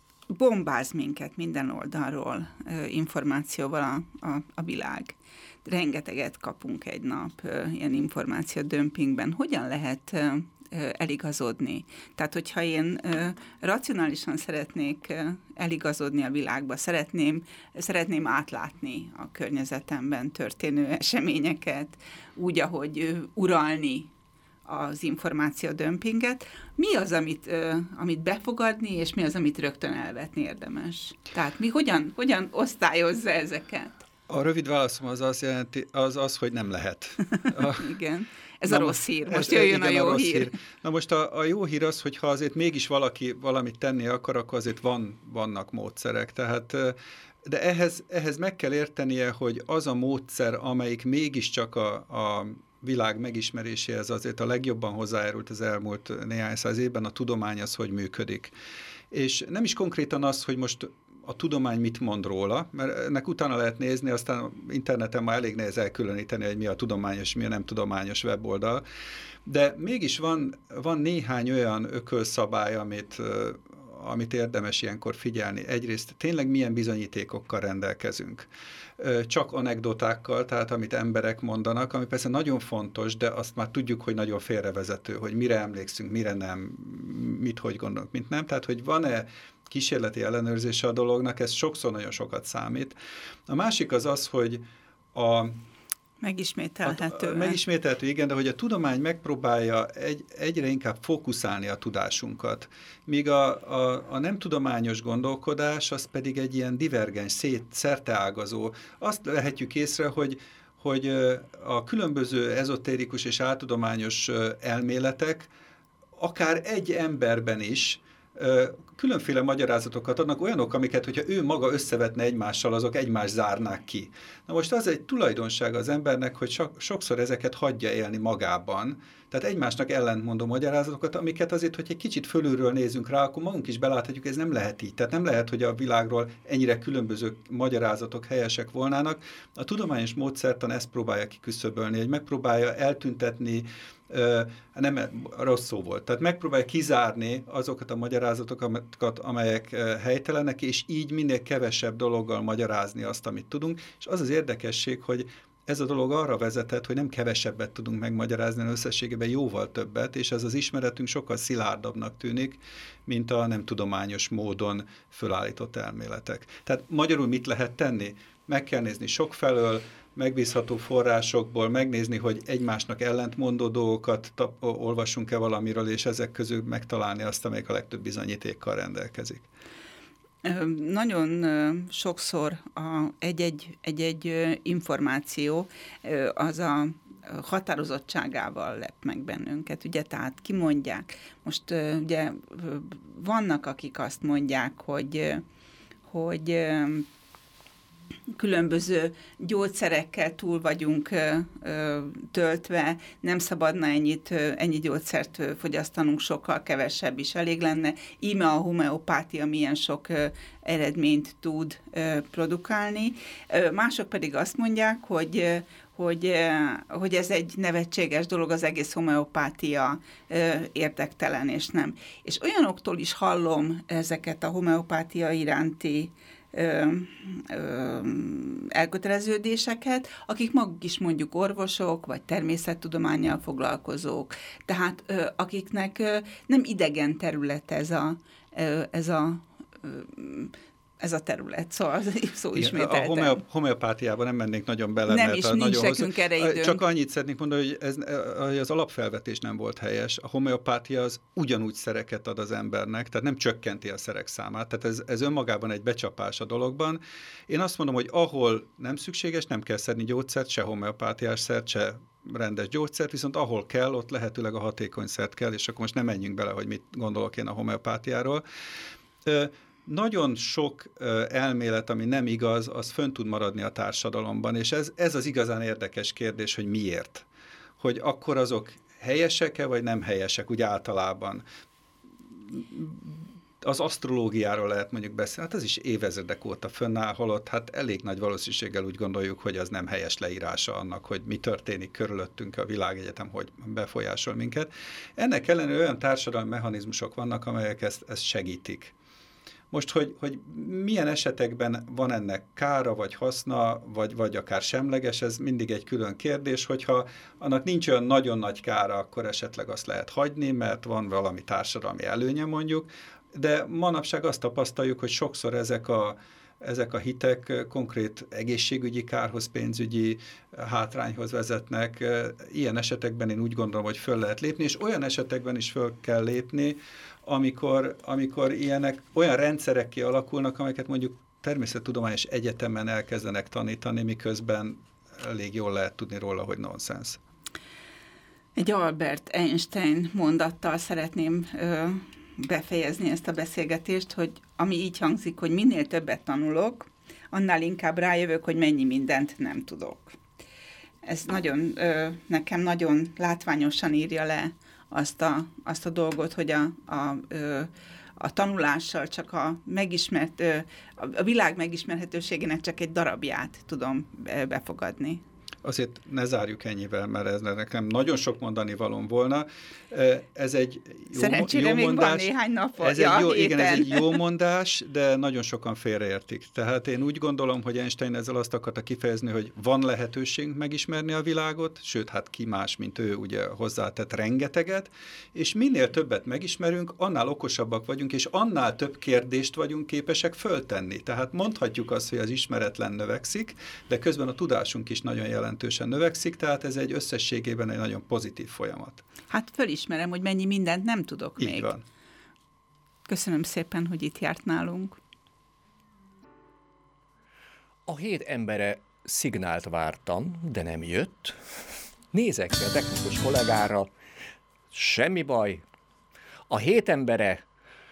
bombáz minket minden oldalról ö, információval a, a, a világ. Rengeteget kapunk egy nap ö, ilyen információ dömpingben. Hogyan lehet ö, eligazodni? Tehát, hogyha én ö, racionálisan szeretnék ö, eligazodni a világba, szeretném, szeretném átlátni a környezetemben történő eseményeket, úgy, ahogy ö, uralni az információ dömpinget, mi az, amit, ö, amit befogadni, és mi az, amit rögtön elvetni érdemes? Tehát mi hogyan, hogyan osztályozza ezeket? A rövid válaszom az az, jelenti, az, az hogy nem lehet. A, igen. Ez na, a rossz hír. Most ez, jöjjön igen, a jó a hír. hír. Na most a, a jó hír az, hogy ha azért mégis valaki valamit tenni akar, akkor azért van, vannak módszerek. Tehát, de ehhez, ehhez meg kell értenie, hogy az a módszer, amelyik mégiscsak a, a világ megismeréséhez azért a legjobban hozzájárult az elmúlt néhány száz évben, a tudomány az, hogy működik. És nem is konkrétan az, hogy most a tudomány mit mond róla, mert ennek utána lehet nézni, aztán interneten már elég nehéz elkülöníteni, hogy mi a tudományos, mi a nem tudományos weboldal, de mégis van, van néhány olyan ökölszabály, amit, amit érdemes ilyenkor figyelni. Egyrészt tényleg milyen bizonyítékokkal rendelkezünk. Csak anekdotákkal, tehát amit emberek mondanak, ami persze nagyon fontos, de azt már tudjuk, hogy nagyon félrevezető, hogy mire emlékszünk, mire nem, mit hogy gondolunk, mit nem. Tehát, hogy van-e kísérleti ellenőrzése a dolognak, ez sokszor nagyon sokat számít. A másik az az, hogy a Megismételhető. A, a, megismételhető, igen, de hogy a tudomány megpróbálja egy, egyre inkább fókuszálni a tudásunkat, míg a, a, a nem tudományos gondolkodás, az pedig egy ilyen divergens, szét, szerteágazó. Azt lehetjük észre, hogy hogy a különböző ezotérikus és áltudományos elméletek akár egy emberben is különféle magyarázatokat adnak, olyanok, amiket, hogyha ő maga összevetne egymással, azok egymást zárnák ki. Na most az egy tulajdonság az embernek, hogy so- sokszor ezeket hagyja élni magában, tehát egymásnak ellentmondó magyarázatokat, amiket azért, hogy egy kicsit fölülről nézünk rá, akkor magunk is beláthatjuk, ez nem lehet így. Tehát nem lehet, hogy a világról ennyire különböző magyarázatok helyesek volnának. A tudományos módszertan ezt próbálja kiküszöbölni, hogy megpróbálja eltüntetni, Uh, nem rossz szó volt. Tehát megpróbálja kizárni azokat a magyarázatokat, amelyek uh, helytelenek, és így minél kevesebb dologgal magyarázni azt, amit tudunk. És az az érdekesség, hogy ez a dolog arra vezetett, hogy nem kevesebbet tudunk megmagyarázni, hanem összességében jóval többet, és ez az ismeretünk sokkal szilárdabbnak tűnik, mint a nem tudományos módon fölállított elméletek. Tehát magyarul mit lehet tenni? Meg kell nézni sokfelől, megbízható forrásokból, megnézni, hogy egymásnak ellentmondó dolgokat tap, olvassunk-e valamiről, és ezek közül megtalálni azt, amelyik a legtöbb bizonyítékkal rendelkezik. Nagyon sokszor a, egy-egy, egy-egy információ az a határozottságával lep meg bennünket, ugye, tehát kimondják. Most ugye vannak, akik azt mondják, hogy, hogy különböző gyógyszerekkel túl vagyunk ö, ö, töltve, nem szabadna ennyit, ö, ennyi gyógyszert ö, fogyasztanunk, sokkal kevesebb is elég lenne. Íme a homeopátia milyen sok ö, eredményt tud ö, produkálni. Ö, mások pedig azt mondják, hogy ö, Hogy, hogy ez egy nevetséges dolog, az egész homeopátia ö, érdektelen, és nem. És olyanoktól is hallom ezeket a homeopátia iránti Ö, ö, elköteleződéseket, akik maguk is mondjuk orvosok, vagy természettudománnyal foglalkozók, tehát ö, akiknek ö, nem idegen terület ez a, ö, ez a ö, ez a terület, szóval az szó Igen, ismételten. a homeop- homeopátiában nem mennénk nagyon bele. Nem, mert és a nincs nagyon nekünk hosszú, erre időnk. Csak annyit szeretnék mondani, hogy ez, az alapfelvetés nem volt helyes. A homeopátia az ugyanúgy szereket ad az embernek, tehát nem csökkenti a szerek számát. Tehát ez, ez önmagában egy becsapás a dologban. Én azt mondom, hogy ahol nem szükséges, nem kell szedni gyógyszert, se homeopátiás szert, se rendes gyógyszert, viszont ahol kell, ott lehetőleg a hatékony szert kell, és akkor most nem menjünk bele, hogy mit gondolok én a homeopátiáról. Nagyon sok uh, elmélet, ami nem igaz, az fönn tud maradni a társadalomban, és ez, ez az igazán érdekes kérdés, hogy miért. Hogy akkor azok helyesek-e, vagy nem helyesek, úgy általában. Az asztrológiáról lehet mondjuk beszélni, hát az is évezredek óta fönnáll, holott hát elég nagy valószínűséggel úgy gondoljuk, hogy az nem helyes leírása annak, hogy mi történik körülöttünk, a világegyetem, hogy befolyásol minket. Ennek ellenére olyan társadalmi mechanizmusok vannak, amelyek ezt, ezt segítik. Most, hogy, hogy milyen esetekben van ennek kára, vagy haszna, vagy, vagy akár semleges, ez mindig egy külön kérdés, hogyha annak nincs olyan nagyon nagy kára, akkor esetleg azt lehet hagyni, mert van valami társadalmi előnye mondjuk, de manapság azt tapasztaljuk, hogy sokszor ezek a, ezek a hitek konkrét egészségügyi kárhoz, pénzügyi hátrányhoz vezetnek. Ilyen esetekben én úgy gondolom, hogy föl lehet lépni, és olyan esetekben is föl kell lépni, amikor, amikor ilyenek, olyan rendszerek kialakulnak, amelyeket mondjuk természettudományos egyetemen elkezdenek tanítani, miközben elég jól lehet tudni róla, hogy nonsens. Egy Albert Einstein mondattal szeretném ö, befejezni ezt a beszélgetést, hogy ami így hangzik, hogy minél többet tanulok, annál inkább rájövök, hogy mennyi mindent nem tudok. Ez nagyon, ö, nekem nagyon látványosan írja le azt a, azt a dolgot, hogy a, a, a tanulással csak a megismert, a világ megismerhetőségének csak egy darabját tudom befogadni. Azért ne zárjuk ennyivel, mert ez nekem nagyon sok mondani valóm volna. Ez egy jó, Szerencsére jó még mondás. van néhány nap, ez ja, egy jó, héten. igen, ez egy jó mondás, de nagyon sokan félreértik. Tehát én úgy gondolom, hogy Einstein ezzel azt akarta kifejezni, hogy van lehetőségünk megismerni a világot, sőt, hát ki más, mint ő, ugye hozzátett rengeteget, és minél többet megismerünk, annál okosabbak vagyunk, és annál több kérdést vagyunk képesek föltenni. Tehát mondhatjuk azt, hogy az ismeretlen növekszik, de közben a tudásunk is nagyon jelentősen növekszik, tehát ez egy összességében egy nagyon pozitív folyamat. Hát fölismerem, hogy mennyi mindent nem tudok Így még. van. Köszönöm szépen, hogy itt járt nálunk. A hét embere szignált vártam, de nem jött. Nézek ki a technikus kollégára, semmi baj. A hét embere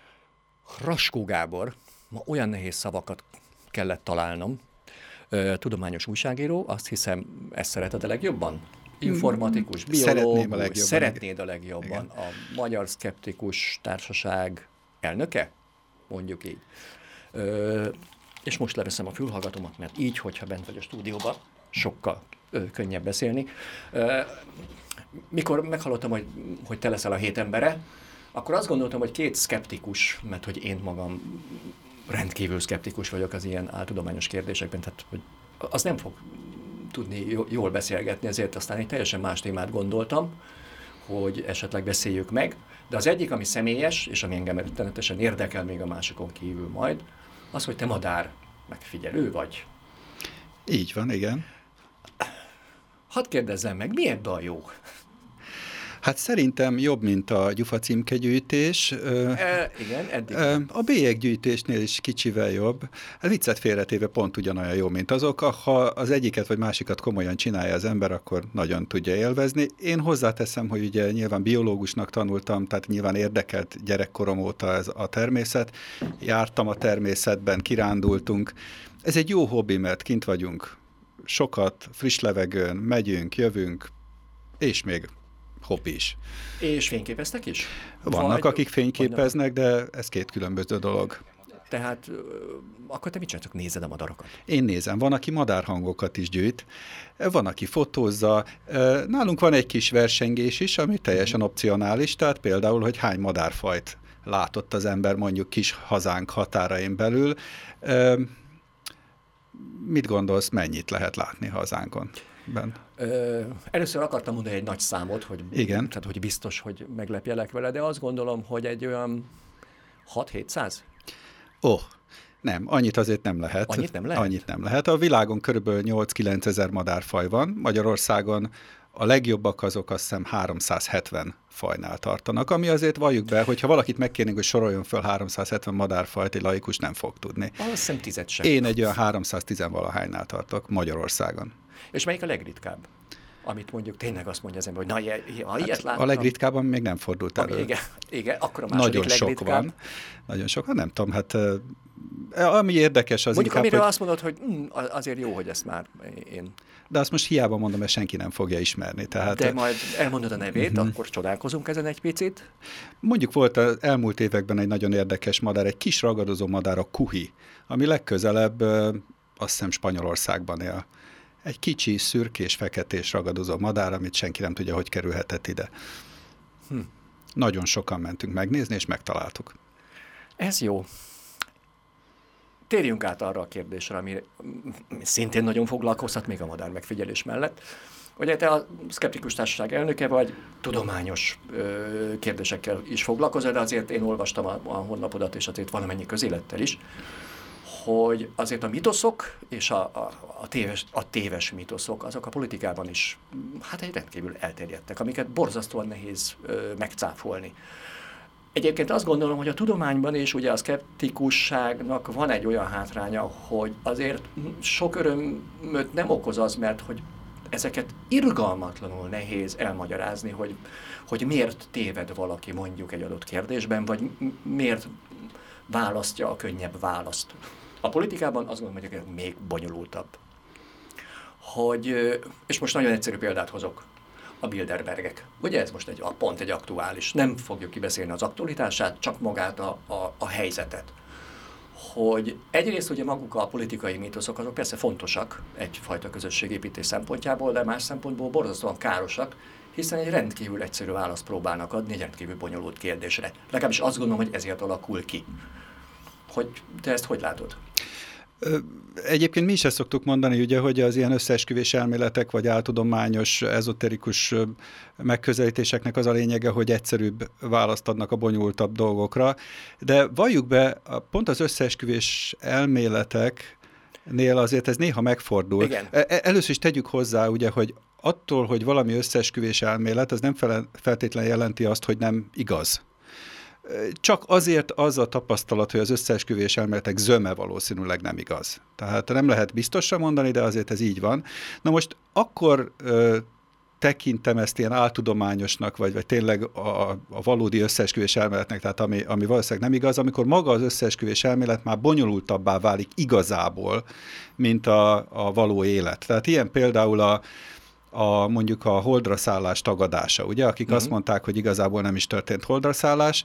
Raskó Gábor, ma olyan nehéz szavakat kellett találnom, tudományos újságíró, azt hiszem, ezt szereted a legjobban? Informatikus, biológus, a legjobban, szeretnéd a legjobban. Igen. A Magyar Szkeptikus Társaság elnöke, mondjuk így. Ö, és most leveszem a fülhallgatomat, mert így, hogyha bent vagy a stúdióban, sokkal ö, könnyebb beszélni. Ö, mikor meghallottam, hogy, hogy te leszel a hét embere, akkor azt gondoltam, hogy két szkeptikus, mert hogy én magam rendkívül szkeptikus vagyok az ilyen áltudományos kérdésekben, tehát hogy az nem fog tudni jól beszélgetni, ezért aztán egy teljesen más témát gondoltam, hogy esetleg beszéljük meg, de az egyik, ami személyes, és ami engem rettenetesen érdekel még a másikon kívül majd, az, hogy te madár megfigyelő vagy. Így van, igen. Hadd kérdezzem meg, miért dal jó? Hát szerintem jobb, mint a gyufa címkegyűjtés. E, igen, eddig. A bélyeggyűjtésnél is kicsivel jobb. A viccet félretéve pont ugyanolyan jó, mint azok. Ha az egyiket vagy másikat komolyan csinálja az ember, akkor nagyon tudja élvezni. Én hozzáteszem, hogy ugye nyilván biológusnak tanultam, tehát nyilván érdekelt gyerekkorom óta ez a természet. Jártam a természetben, kirándultunk. Ez egy jó hobbi, mert kint vagyunk. Sokat, friss levegőn, megyünk, jövünk, és még hobbi is. És fényképeztek is? Vannak, vagy, akik fényképeznek, de ez két különböző dolog. Tehát akkor te mit csináltok, nézed a madarakat? Én nézem. Van, aki madárhangokat is gyűjt, van, aki fotózza. Nálunk van egy kis versengés is, ami teljesen opcionális, tehát például, hogy hány madárfajt látott az ember mondjuk kis hazánk határain belül. Mit gondolsz, mennyit lehet látni hazánkon? Ben. Ö, először akartam mondani egy nagy számot, hogy, igen. Tehát, hogy biztos, hogy meglepjelek vele, de azt gondolom, hogy egy olyan hat-hétszáz. Ó, oh, Nem, annyit azért nem lehet. Annyit nem lehet? Annyit nem lehet. A világon körülbelül nyolc-kilenc ezer madárfaj van, Magyarországon a legjobbak azok azt hiszem háromszázhetven fajnál tartanak, ami azért valljuk be, hogyha valakit megkérnénk, hogy soroljon föl háromszázhetven madárfajt, egy laikus nem fog tudni. Azt hiszem tízet sem. Én egy olyan háromszáztíz valahánynál tartok Magyarországon. És melyik a legritkább? Amit mondjuk tényleg azt mondja az ember, hogy na, ha ilyet hát láttam... A legritkábban még nem fordult elő. Igen, igen, akkor a második nagyon legritkább. Sok van. Nagyon sok van, nem tudom, hát ami érdekes az mondjuk, inkább, amiről hogy... azt mondod, hogy hm, azért jó, hogy ezt már én... De azt most hiába mondom, mert senki nem fogja ismerni. Tehát... De majd elmondod a nevét, uh-huh. akkor csodálkozunk ezen egy picit. Mondjuk volt az elmúlt években egy nagyon érdekes madár, egy kis ragadozó madár, a kuhi, ami legközelebb azt hiszem Spanyolországban él. Egy kicsi, szürkés, feketés ragadozó madár, amit senki nem tudja, hogy kerülhetett ide. Hm. Nagyon sokan mentünk megnézni, és megtaláltuk. Ez jó. Térjünk át arra a kérdésre, ami szintén nagyon foglalkoztat, még a madár megfigyelés mellett. Ugye te a Szkeptikus Társaság elnöke vagy, tudományos ö, kérdésekkel is foglalkozol, de azért én olvastam a, a honlapodat, és azért valamennyi közélettel is, hogy azért a mitoszok és a, a, a, téves, a téves mitoszok, azok a politikában is hát egy rendkívül elterjedtek, amiket borzasztóan nehéz ö, megcáfolni. Egyébként azt gondolom, hogy a tudományban és ugye a szkeptikusságnak van egy olyan hátránya, hogy azért sok örömöt nem okoz az, mert hogy ezeket irgalmatlanul nehéz elmagyarázni, hogy, hogy miért téved valaki mondjuk egy adott kérdésben, vagy miért választja a könnyebb választ. A politikában azt gondolom, hogy ez még bonyolultabb. Hogy, és most nagyon egyszerű példát hozok. A Bilderbergek. Ugye ez most egy, pont egy aktuális. Nem fogjuk kibeszélni az aktualitását, csak magát a, a, a helyzetet. Hogy egyrészt ugye maguk a politikai mítoszok, azok persze fontosak egyfajta közösségépítés szempontjából, de más szempontból borzasztóan károsak, hiszen egy rendkívül egyszerű választ próbálnak adni egy rendkívül bonyolult kérdésre. Legalábbis azt gondolom, hogy ezért alakul ki. Hogy te ezt hogy látod? Egyébként mi is ezt szoktuk mondani, ugye, hogy az ilyen összeesküvés elméletek, vagy áltudományos, ezoterikus megközelítéseknek az a lényege, hogy egyszerűbb választ adnak a bonyolultabb dolgokra. De valljuk be, pont az összeesküvés elméleteknél azért ez néha megfordul. Igen. Először is tegyük hozzá, ugye, hogy attól, hogy valami összeesküvés elmélet, az nem feltétlenül jelenti azt, hogy nem igaz. Csak azért az a tapasztalat, hogy az összeesküvés elméletek zöme valószínűleg nem igaz. Tehát nem lehet biztosra mondani, de azért ez így van. Na most akkor ö, tekintem ezt ilyen áltudományosnak, vagy, vagy tényleg a, a valódi összeesküvés elméletnek, tehát ami, ami valószínűleg nem igaz, amikor maga az összeesküvés elmélet már bonyolultabbá válik igazából, mint a, a való élet. Tehát ilyen például a A, mondjuk a holdra szállás tagadása, ugye, akik uh-huh. azt mondták, hogy igazából nem is történt holdra szállás.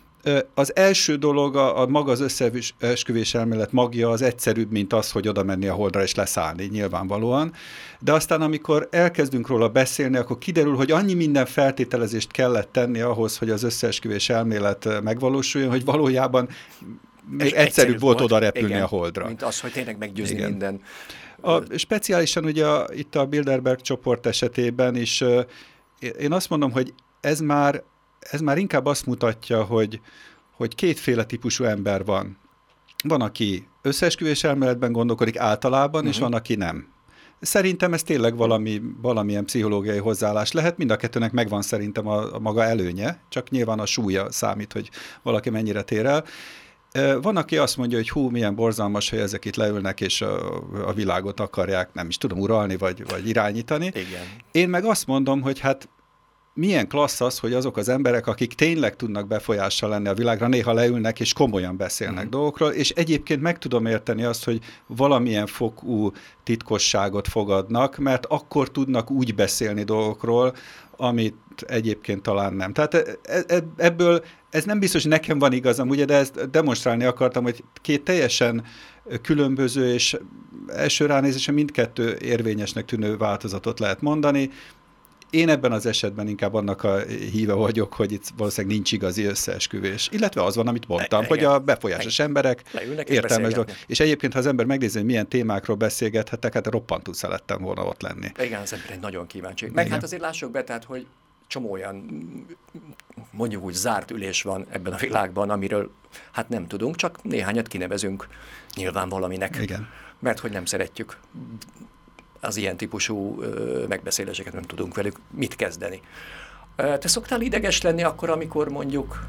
Az első dolog, a, a maga az összeesküvés elmélet magja az egyszerűbb, mint az, hogy oda menni a holdra és leszállni, nyilvánvalóan. De aztán, amikor elkezdünk róla beszélni, akkor kiderül, hogy annyi minden feltételezést kellett tenni ahhoz, hogy az összeesküvés elmélet megvalósuljon, hogy valójában még egyszerűbb, egyszerűbb volt oda repülni igen, a holdra. Mint az, hogy tényleg meggyőzni igen. minden... A, speciálisan ugye a, itt a Bilderberg csoport esetében is uh, én azt mondom, hogy ez már, ez már inkább azt mutatja, hogy, hogy kétféle típusú ember van. Van, aki összeesküvés elméletben gondolkodik általában, uh-huh. és van, aki nem. Szerintem ez tényleg valami, valamilyen pszichológiai hozzáállás lehet. Mind a kettőnek megvan szerintem a, a maga előnye, csak nyilván a súlya számít, hogy valaki mennyire tér el. Van, aki azt mondja, hogy hú, milyen borzalmas, hogy ezek itt leülnek, és a, a világot akarják, nem is tudom, uralni, vagy, vagy irányítani. Igen. Én meg azt mondom, hogy hát milyen klassz az, hogy azok az emberek, akik tényleg tudnak befolyással lenni a világra, néha leülnek és komolyan beszélnek mm. dolgokról, és egyébként meg tudom érteni azt, hogy valamilyen fokú titkosságot fogadnak, mert akkor tudnak úgy beszélni dolgokról, amit egyébként talán nem. Tehát ebből, ez nem biztos, hogy nekem van igazam, ugye, de ezt demonstrálni akartam, hogy két teljesen különböző és első ránézésre mindkettő érvényesnek tűnő változatot lehet mondani. Én ebben az esetben inkább annak a híve vagyok, hogy itt valószínűleg nincs igazi összeesküvés. Illetve az van, amit mondtam, e, hogy a befolyásos igen. emberek értelmes dolgok. És egyébként, ha az ember megnézi, hogy milyen témákról beszélgethettek, hát roppantúl szerettem volna ott lenni. Igen, az ember egy nagyon kíváncsi. Meg igen. hát azért lássuk be, tehát, hogy csomó olyan, mondjuk úgy zárt ülés van ebben a világban, amiről hát nem tudunk, csak néhányat kinevezünk nyilván valaminek. Igen. Mert hogy nem szeretjük az ilyen típusú ö, megbeszéléseket, nem tudunk velük mit kezdeni. Te szoktál ideges lenni akkor, amikor mondjuk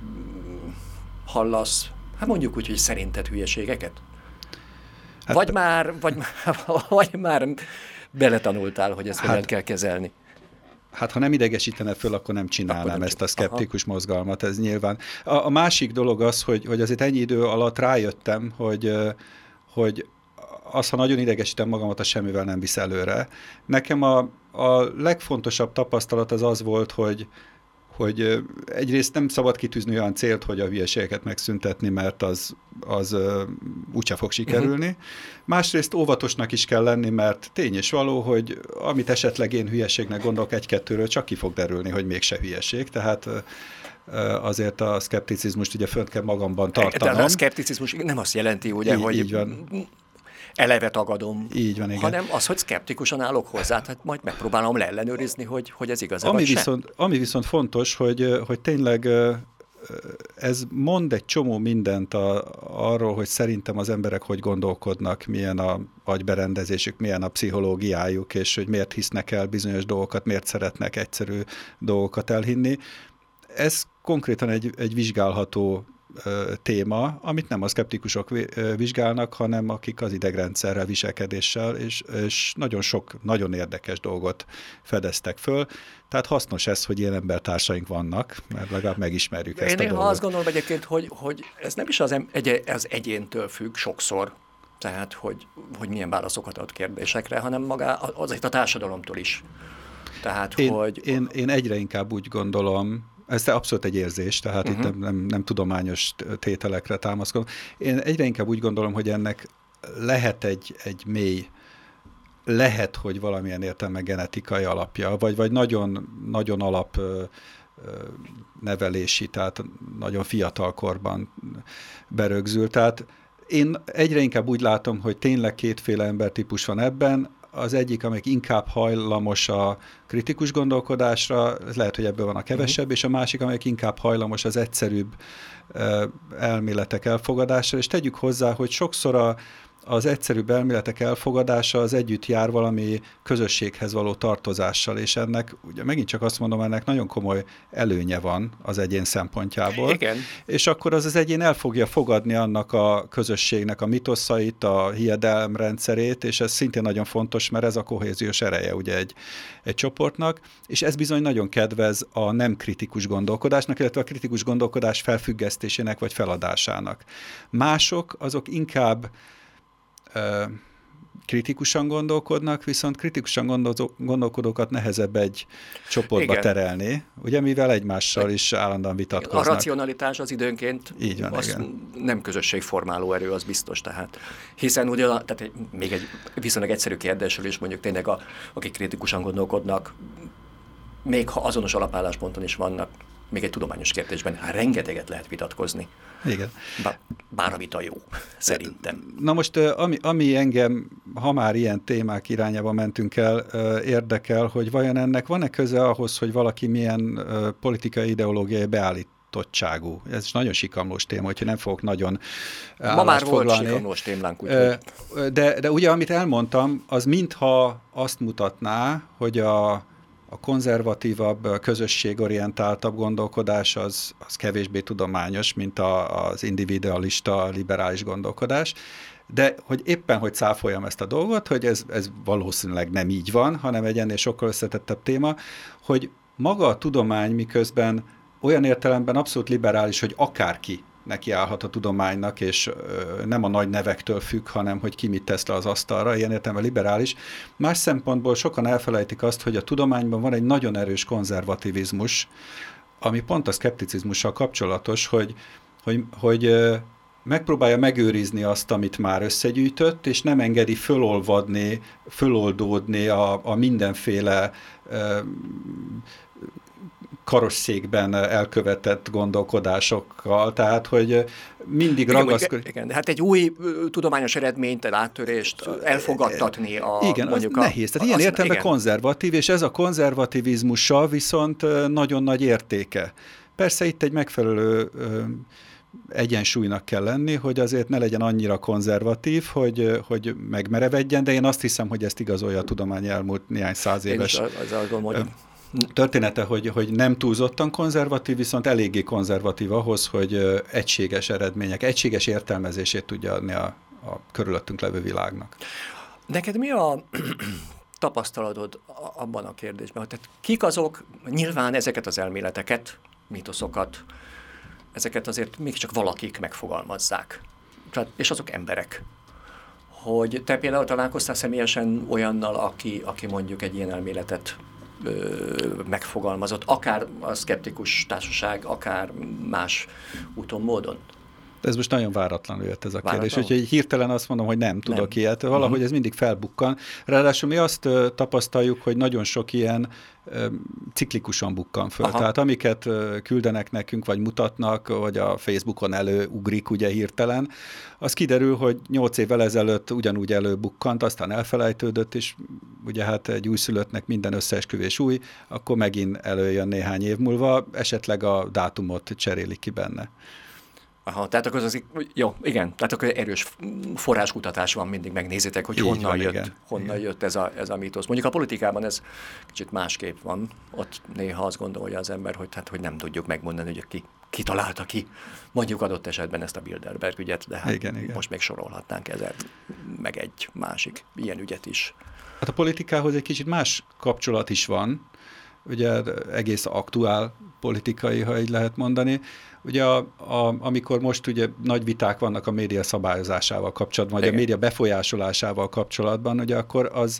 hallasz, hát mondjuk úgy, hogy szerinted hülyeségeket? Hát, vagy, már, vagy, vagy már beletanultál, hogy ezt hát, hogyan kell kezelni? Hát ha nem idegesítene föl, akkor nem csinálnám akkor nem ezt a szkeptikus aha. mozgalmat, ez nyilván. A, a másik dolog az, hogy, hogy azért ennyi idő alatt rájöttem, hogy, hogy az, ha nagyon idegesítem magamat, az semmivel nem visz előre. Nekem a, a legfontosabb tapasztalat az az volt, hogy, hogy egyrészt nem szabad kitűzni olyan célt, hogy a hülyeségeket megszüntetni, mert az, az úgyse fog sikerülni. Uh-huh. Másrészt óvatosnak is kell lenni, mert tény és való, hogy amit esetleg én hülyeségnek gondolok egy-kettőről, csak ki fog derülni, hogy mégse hülyeség. Tehát azért a szkepticizmust ugye fönt kell magamban tartanom. De a szkepticizmus nem azt jelenti, ugye, így, hogy... Így van. eleve tagadom, így van, igen. hanem az, hogy szkeptikusan állok hozzá, tehát majd megpróbálom leellenőrizni, hogy, hogy ez igaz-e ami vagy viszont, sem. Ami viszont fontos, hogy, hogy tényleg ez mond egy csomó mindent a, arról, hogy szerintem az emberek hogy gondolkodnak, milyen a agyberendezésük, milyen a pszichológiájuk, és hogy miért hisznek el bizonyos dolgokat, miért szeretnek egyszerű dolgokat elhinni. Ez konkrétan egy, egy vizsgálható téma, amit nem a szkeptikusok vizsgálnak, hanem akik az idegrendszerrel, viselkedéssel, és, és nagyon sok, nagyon érdekes dolgot fedeztek föl. Tehát hasznos ez, hogy ilyen embertársaink vannak, mert legalább megismerjük Én ezt a dolgot. Én dolgot. azt gondolom egyébként, hogy, hogy ez nem is az, egy, az egyéntől függ sokszor, tehát hogy, hogy milyen válaszokat ad kérdésekre, hanem maga azért a társadalomtól is. Tehát, én, hogy... Én, én egyre inkább úgy gondolom, ez abszolút egy érzés, tehát uh-huh. itt nem, nem, nem tudományos tételekre támaszkodom. Én egyre inkább úgy gondolom, hogy ennek lehet egy, egy mély, lehet, hogy valamilyen értelme genetikai alapja, vagy, vagy nagyon, nagyon alap ö, ö, nevelési, tehát nagyon fiatal korban berögzül. Tehát én egyre inkább úgy látom, hogy tényleg kétféle embertípus van ebben. Az egyik, amelyik inkább hajlamos a kritikus gondolkodásra, lehet, hogy ebből van a kevesebb, uh-huh. és a másik, amelyik inkább hajlamos az egyszerűbb uh, elméletek elfogadásra, és tegyük hozzá, hogy sokszor a, az egyszerűbb elméletek elfogadása az együtt jár valami közösséghez való tartozással, és ennek, ugye megint csak azt mondom, ennek nagyon komoly előnye van az egyén szempontjából. Igen. És akkor az az egyén el fogja fogadni annak a közösségnek a mitoszait, a hiedelemrendszerét, és ez szintén nagyon fontos, mert ez a kohéziós ereje ugye egy, egy csoportnak, és ez bizony nagyon kedvez a nem kritikus gondolkodásnak, illetve a kritikus gondolkodás felfüggesztésének vagy feladásának. Mások azok inkább kritikusan gondolkodnak, viszont kritikusan gondol, gondolkodókat nehezebb egy csoportba igen. terelni, ugye, mivel egymással is állandóan vitatkoznak. A racionalitás az időnként így van, az igen. nem közösségformáló erő, az biztos, tehát. Hiszen ugye, tehát még egy viszonylag egyszerű kérdésről is mondjuk tényleg, a, akik kritikusan gondolkodnak, még ha azonos alapállásponton is vannak, még egy tudományos kérdésben hát rengeteget lehet vitatkozni. Igen. Bár, bár a vita jó, szerintem. Na most, ami, ami engem, ha már ilyen témák irányába mentünk el, érdekel, hogy vajon ennek van-e köze ahhoz, hogy valaki milyen politikai ideológiai beállítottságú. Ez is nagyon sikamlós téma, hogyha nem fogok nagyon Ma már volt foglalni. sikamlós témlánk, úgyhogy... De, de ugye, amit elmondtam, az mintha azt mutatná, hogy a A konzervatívabb, közösségorientáltabb gondolkodás az, az kevésbé tudományos, mint a, az individualista, liberális gondolkodás. De hogy éppen, hogy cáfoljam ezt a dolgot, hogy ez, ez valószínűleg nem így van, hanem egy ennél sokkal összetettebb téma, hogy maga a tudomány miközben olyan értelemben abszolút liberális, hogy akárki nekiállhat a tudománynak, és ö, nem a nagy nevektől függ, hanem hogy ki mit tesz le az asztalra, ilyen értelemben liberális. Más szempontból sokan elfelejtik azt, hogy a tudományban van egy nagyon erős konzervativizmus, ami pont a szkepticizmussal kapcsolatos, hogy, hogy, hogy ö, megpróbálja megőrizni azt, amit már összegyűjtött, és nem engedi fölolvadni, föloldódni a, a mindenféle ö, karosszékben elkövetett gondolkodásokkal, tehát, hogy mindig ragaszkodik. Igen, de hát egy új tudományos eredményt, egy áttörést elfogadtatni a igen, mondjuk az a, nehéz. Tehát ilyen értelemben konzervatív, és ez a konzervativizmusa viszont nagyon nagy értéke. Persze itt egy megfelelő egyensúlynak kell lenni, hogy azért ne legyen annyira konzervatív, hogy, hogy megmerevedjen, de én azt hiszem, hogy ezt igazolja a tudomány elmúlt néhány száz éves története, hogy, hogy nem túlzottan konzervatív, viszont eléggé konzervatív ahhoz, hogy egységes eredmények, egységes értelmezését tudja adni a, a körülöttünk levő világnak. Neked mi a tapasztalatod abban a kérdésben? Tehát kik azok, nyilván ezeket az elméleteket, mitoszokat, ezeket azért mégiscsak valakik megfogalmazzák. Tehát, és azok emberek. Hogy te például találkoztál személyesen olyannal, aki, aki mondjuk egy ilyen elméletet ö, megfogalmazott, akár a szkeptikus társaság, akár más úton, módon? Ez most nagyon váratlanul jött ez a váratlan? kérdés, úgyhogy hirtelen azt mondom, hogy nem tudok nem. ilyet. Valahogy uh-huh. ez mindig felbukkan. Ráadásul mi azt uh, tapasztaljuk, hogy nagyon sok ilyen uh, ciklikusan bukkan föl. Aha. Tehát amiket uh, küldenek nekünk, vagy mutatnak, vagy a Facebookon előugrik ugye hirtelen, az kiderül, hogy nyolc évvel ezelőtt ugyanúgy előbukkant, aztán elfelejtődött, és ugye hát egy újszülöttnek minden összeesküvés új, akkor megint előjön néhány év múlva, esetleg a dátumot cserélik ki benne. Aha, tehát akkor az, jó, igen, tehát akkor erős forráskutatás van, mindig megnézitek, hogy honnan van, jött, igen. honnan igen. jött ez a, ez a mítosz. Mondjuk a politikában ez kicsit másképp van, ott néha azt gondolja az ember, hogy, hát, hogy nem tudjuk megmondani, hogy ki, ki találta ki, mondjuk adott esetben ezt a Bilderberg ügyet, de hát igen, igen. most még sorolhatnánk ezer, meg egy másik ilyen ügyet is. Hát a politikához egy kicsit más kapcsolat is van, ugye egész aktuál politikai, ha így lehet mondani. Ugye a, a, amikor most ugye nagy viták vannak a média szabályozásával kapcsolatban, vagy Igen. a média befolyásolásával kapcsolatban, ugye akkor az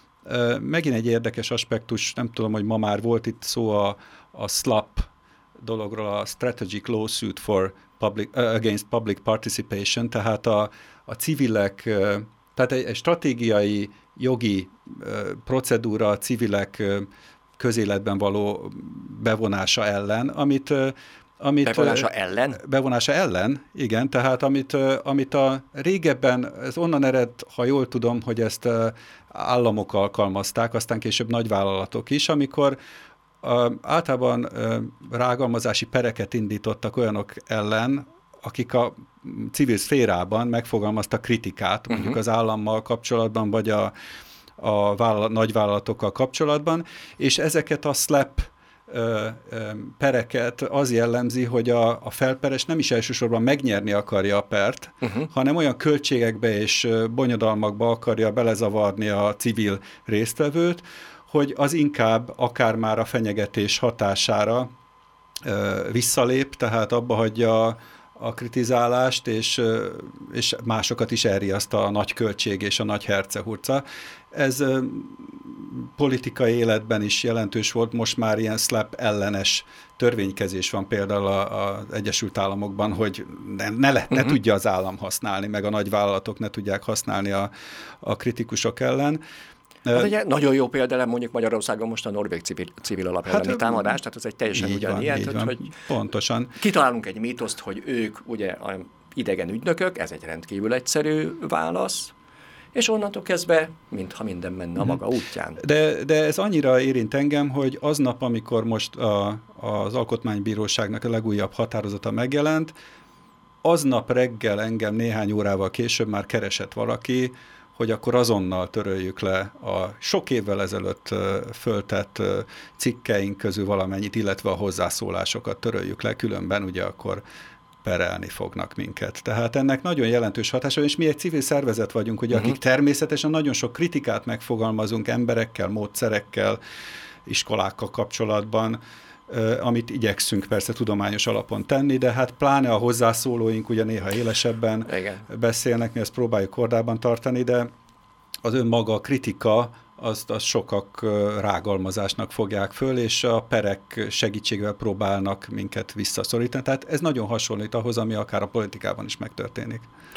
e, megint egy érdekes aspektus, nem tudom, hogy ma már volt itt szó a, a SLAP dologról, a Strategic Lawsuit for public, uh, Against Public Participation, tehát a, a civilek, uh, tehát egy, egy stratégiai jogi uh, procedúra a civilek uh, közéletben való bevonása ellen, amit... Uh, Amit, bevonása ellen? Bevonása ellen, igen, tehát amit, amit a régebben, ez onnan ered, ha jól tudom, hogy ezt államok alkalmazták, aztán később nagyvállalatok is, amikor általában rágalmazási pereket indítottak olyanok ellen, akik a civil szférában megfogalmaztak kritikát, mondjuk uh-huh. az állammal kapcsolatban, vagy a, a vállalat, nagyvállalatokkal kapcsolatban, és ezeket a SLAP Ö, ö, pereket az jellemzi, hogy a, a felperes nem is elsősorban megnyerni akarja a pert, uh-huh. hanem olyan költségekbe és bonyodalmakba akarja belezavarni a civil résztvevőt, hogy az inkább akár már a fenyegetés hatására ö, visszalép, tehát abba hagyja a, a kritizálást, és, és másokat is elriaszt a nagy költség és a nagy hercehurca. Ez politikai életben is jelentős volt, most már ilyen SLAP ellenes törvénykezés van például az Egyesült Államokban, hogy ne, ne, le, ne uh-huh. tudja az állam használni, meg a nagyvállalatok ne tudják használni a, a kritikusok ellen. Hát ugye nagyon jó példa, mondjuk Magyarországon most a norvég civil, civil alap elleni hát, támadás, tehát ez egy teljesen ugyanilyen, tehát, hogy pontosan. Kitalálunk egy mítoszt, hogy ők ugye a idegen ügynökök, ez egy rendkívül egyszerű válasz, és onnantól kezdve, mintha minden menne a maga útján. De, de ez annyira érint engem, hogy aznap, amikor most a, az Alkotmánybíróságnak a legújabb határozata megjelent, aznap reggel engem néhány órával később már keresett valaki, hogy akkor azonnal töröljük le a sok évvel ezelőtt föltett cikkeink közül valamennyit, illetve a hozzászólásokat töröljük le, különben ugye akkor perelni fognak minket. Tehát ennek nagyon jelentős hatása, és mi egy civil szervezet vagyunk, ugye, uh-huh. akik természetesen nagyon sok kritikát megfogalmazunk emberekkel, módszerekkel, iskolákkal kapcsolatban, amit igyekszünk persze tudományos alapon tenni, de hát pláne a hozzászólóink ugye néha élesebben Igen. beszélnek, mi ezt próbáljuk kordában tartani, de az önmaga a kritika, azt, azt sokak rágalmazásnak fogják föl, és a perek segítségével próbálnak minket visszaszorítani. Tehát ez nagyon hasonlít ahhoz, ami akár a politikában is megtörténik.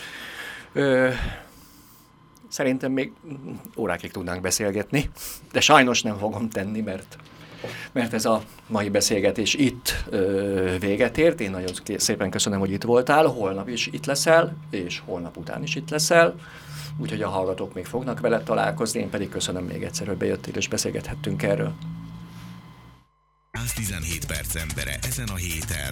Ö, szerintem még órákig tudnánk beszélgetni, de sajnos nem fogom tenni, mert mert ez a mai beszélgetés itt ö, véget ért. Én nagyon szépen köszönöm, hogy itt voltál, holnap is itt leszel, és holnap után is itt leszel, úgyhogy a hallgatók még fognak veled találkozni, én pedig köszönöm még egyszer, hogy bejöttél és beszélgethettünk erről. száztizenhét perc embere ezen a héten.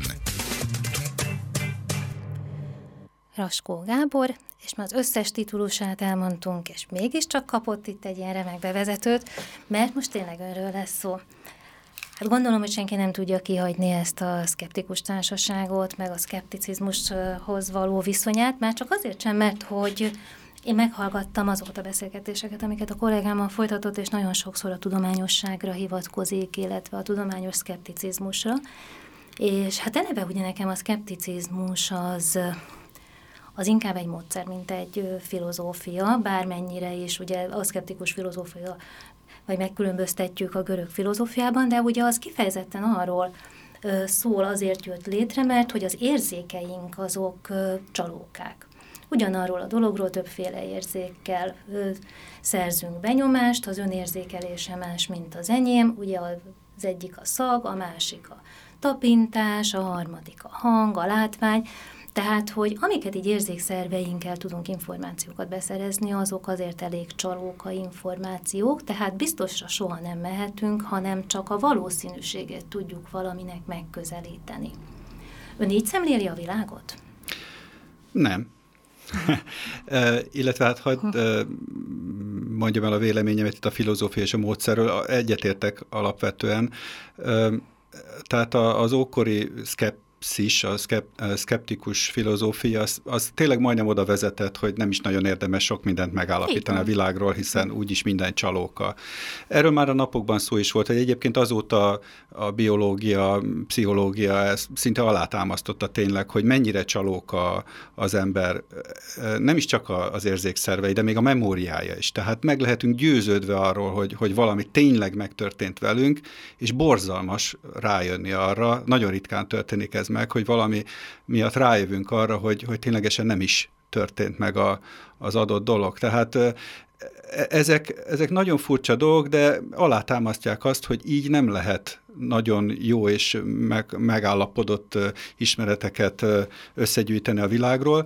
Raskó Gábor, és már az összes titulusát elmondtunk, és mégiscsak kapott itt egy ilyen remek bevezetőt, mert most tényleg önről lesz szó. Hát gondolom, hogy senki nem tudja kihagyni ezt a szkeptikus társaságot, meg a szkepticizmushoz való viszonyát, már csak azért sem, mert hogy én meghallgattam azokat a beszélgetéseket, amiket a kollégámmal folytatott, és nagyon sokszor a tudományosságra hivatkozik, illetve a tudományos szkepticizmusra. És hát eleve ugye nekem a szkepticizmus az, az inkább egy módszer, mint egy filozófia, bármennyire is ugye a szkeptikus filozófia, vagy megkülönböztetjük a görög filozófiában, de ugye az kifejezetten arról szól, azért jött létre, mert hogy az érzékeink azok csalókák. Ugyanarról a dologról többféle érzékkel ö, szerzünk benyomást, az önérzékelése más, mint az enyém, ugye az egyik a szag, a másik a tapintás, a harmadik a hang, a látvány, tehát, hogy amiket így érzékszerveinkkel tudunk információkat beszerezni, azok azért elég csalóka információk, tehát biztosra soha nem mehetünk, hanem csak a valószínűséget tudjuk valaminek megközelíteni. Ön így szemléli a világot? Nem. uh, illetve hát hagyd uh, mondjam el a véleményemet itt a filozófia és a módszerről. Egyetértek alapvetően. Uh, tehát a, az ókori szkep a szkeptikus filozófia, az, az tényleg majdnem oda vezetett, hogy nem is nagyon érdemes sok mindent megállapítani a világról, hiszen úgyis minden csalóka. Erről már a napokban szó is volt, hogy egyébként azóta a biológia, pszichológia ez szinte alátámasztotta tényleg, hogy mennyire csalóka az ember, nem is csak az érzékszervei, de még a memóriája is. Tehát meg lehetünk győződve arról, hogy, hogy valami tényleg megtörtént velünk, és borzalmas rájönni arra, nagyon ritkán történik ez meg, hogy valami miatt rájövünk arra, hogy, hogy ténylegesen nem is történt meg a, az adott dolog. Tehát ezek, ezek nagyon furcsa dolgok, de alátámasztják azt, hogy így nem lehet nagyon jó és meg, megállapodott ismereteket összegyűjteni a világról.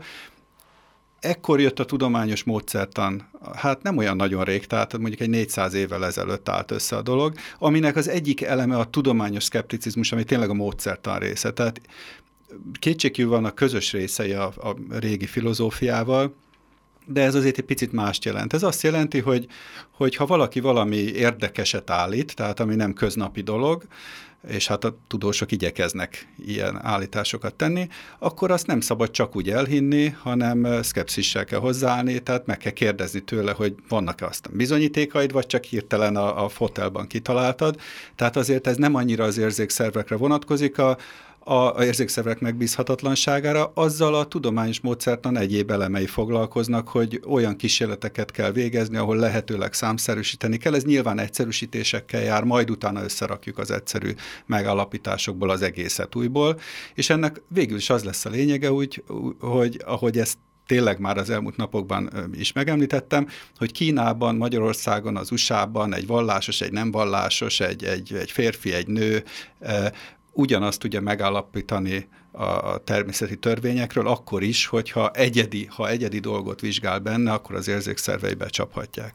Ekkor jött a tudományos módszertan, hát nem olyan nagyon rég, tehát mondjuk egy négyszáz évvel ezelőtt állt össze a dolog, aminek az egyik eleme a tudományos szkepticizmus, ami tényleg a módszertan része. Tehát kétségkívül vannak közös részei a, a régi filozófiával, de ez azért egy picit mást jelent. Ez azt jelenti, hogy, hogy ha valaki valami érdekeset állít, tehát ami nem köznapi dolog, és hát a tudósok igyekeznek ilyen állításokat tenni, akkor azt nem szabad csak úgy elhinni, hanem szkepszissel kell hozzáállni, tehát meg kell kérdezni tőle, hogy vannak-e aztán bizonyítékaid, vagy csak hirtelen a, a fotelban kitaláltad. Tehát azért ez nem annyira az érzékszervekre vonatkozik, a a érzékszervek megbízhatatlanságára, azzal a tudományos módszertan egyéb elemei foglalkoznak, hogy olyan kísérleteket kell végezni, ahol lehetőleg számszerűsíteni kell. Ez nyilván egyszerűsítésekkel jár, majd utána összerakjuk az egyszerű megállapításokból az egészet újból, és ennek végül is az lesz a lényege, úgy, hogy ahogy ezt tényleg már az elmúlt napokban is megemlítettem, hogy Kínában, Magyarországon, az u es á-ban egy vallásos, egy nem vallásos, egy, egy, egy férfi, egy nő ugyanazt tudja megállapítani a természeti törvényekről, akkor is, hogyha egyedi, ha egyedi dolgot vizsgál benne, akkor az érzékszervei becsaphatják.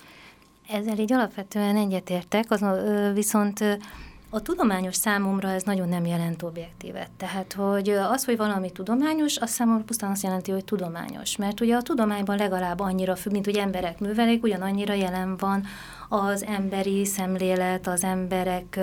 Ezzel így alapvetően egyetértek, azon, viszont a tudományos számomra ez nagyon nem jelent objektívet. Tehát, hogy az, hogy valami tudományos, az számomra pusztán azt jelenti, hogy tudományos. Mert ugye a tudományban legalább annyira függ, mint hogy emberek művelik, ugyanannyira jelen van az emberi szemlélet, az emberek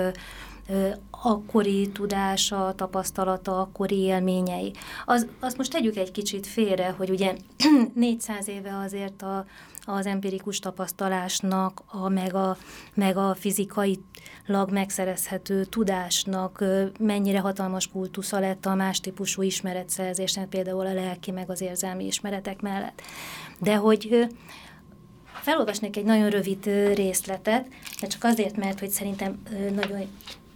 akkori tudása, tapasztalata, akkori élményei. Az, azt most tegyük egy kicsit félre, hogy ugye négyszáz éve azért a, az empirikus tapasztalásnak, a, meg, a, meg a fizikailag megszerezhető tudásnak mennyire hatalmas kultusza lett a más típusú ismeretszerzésnek, például a lelki, meg az érzelmi ismeretek mellett. De hogy felolvasnék egy nagyon rövid részletet, de csak azért, mert hogy szerintem nagyon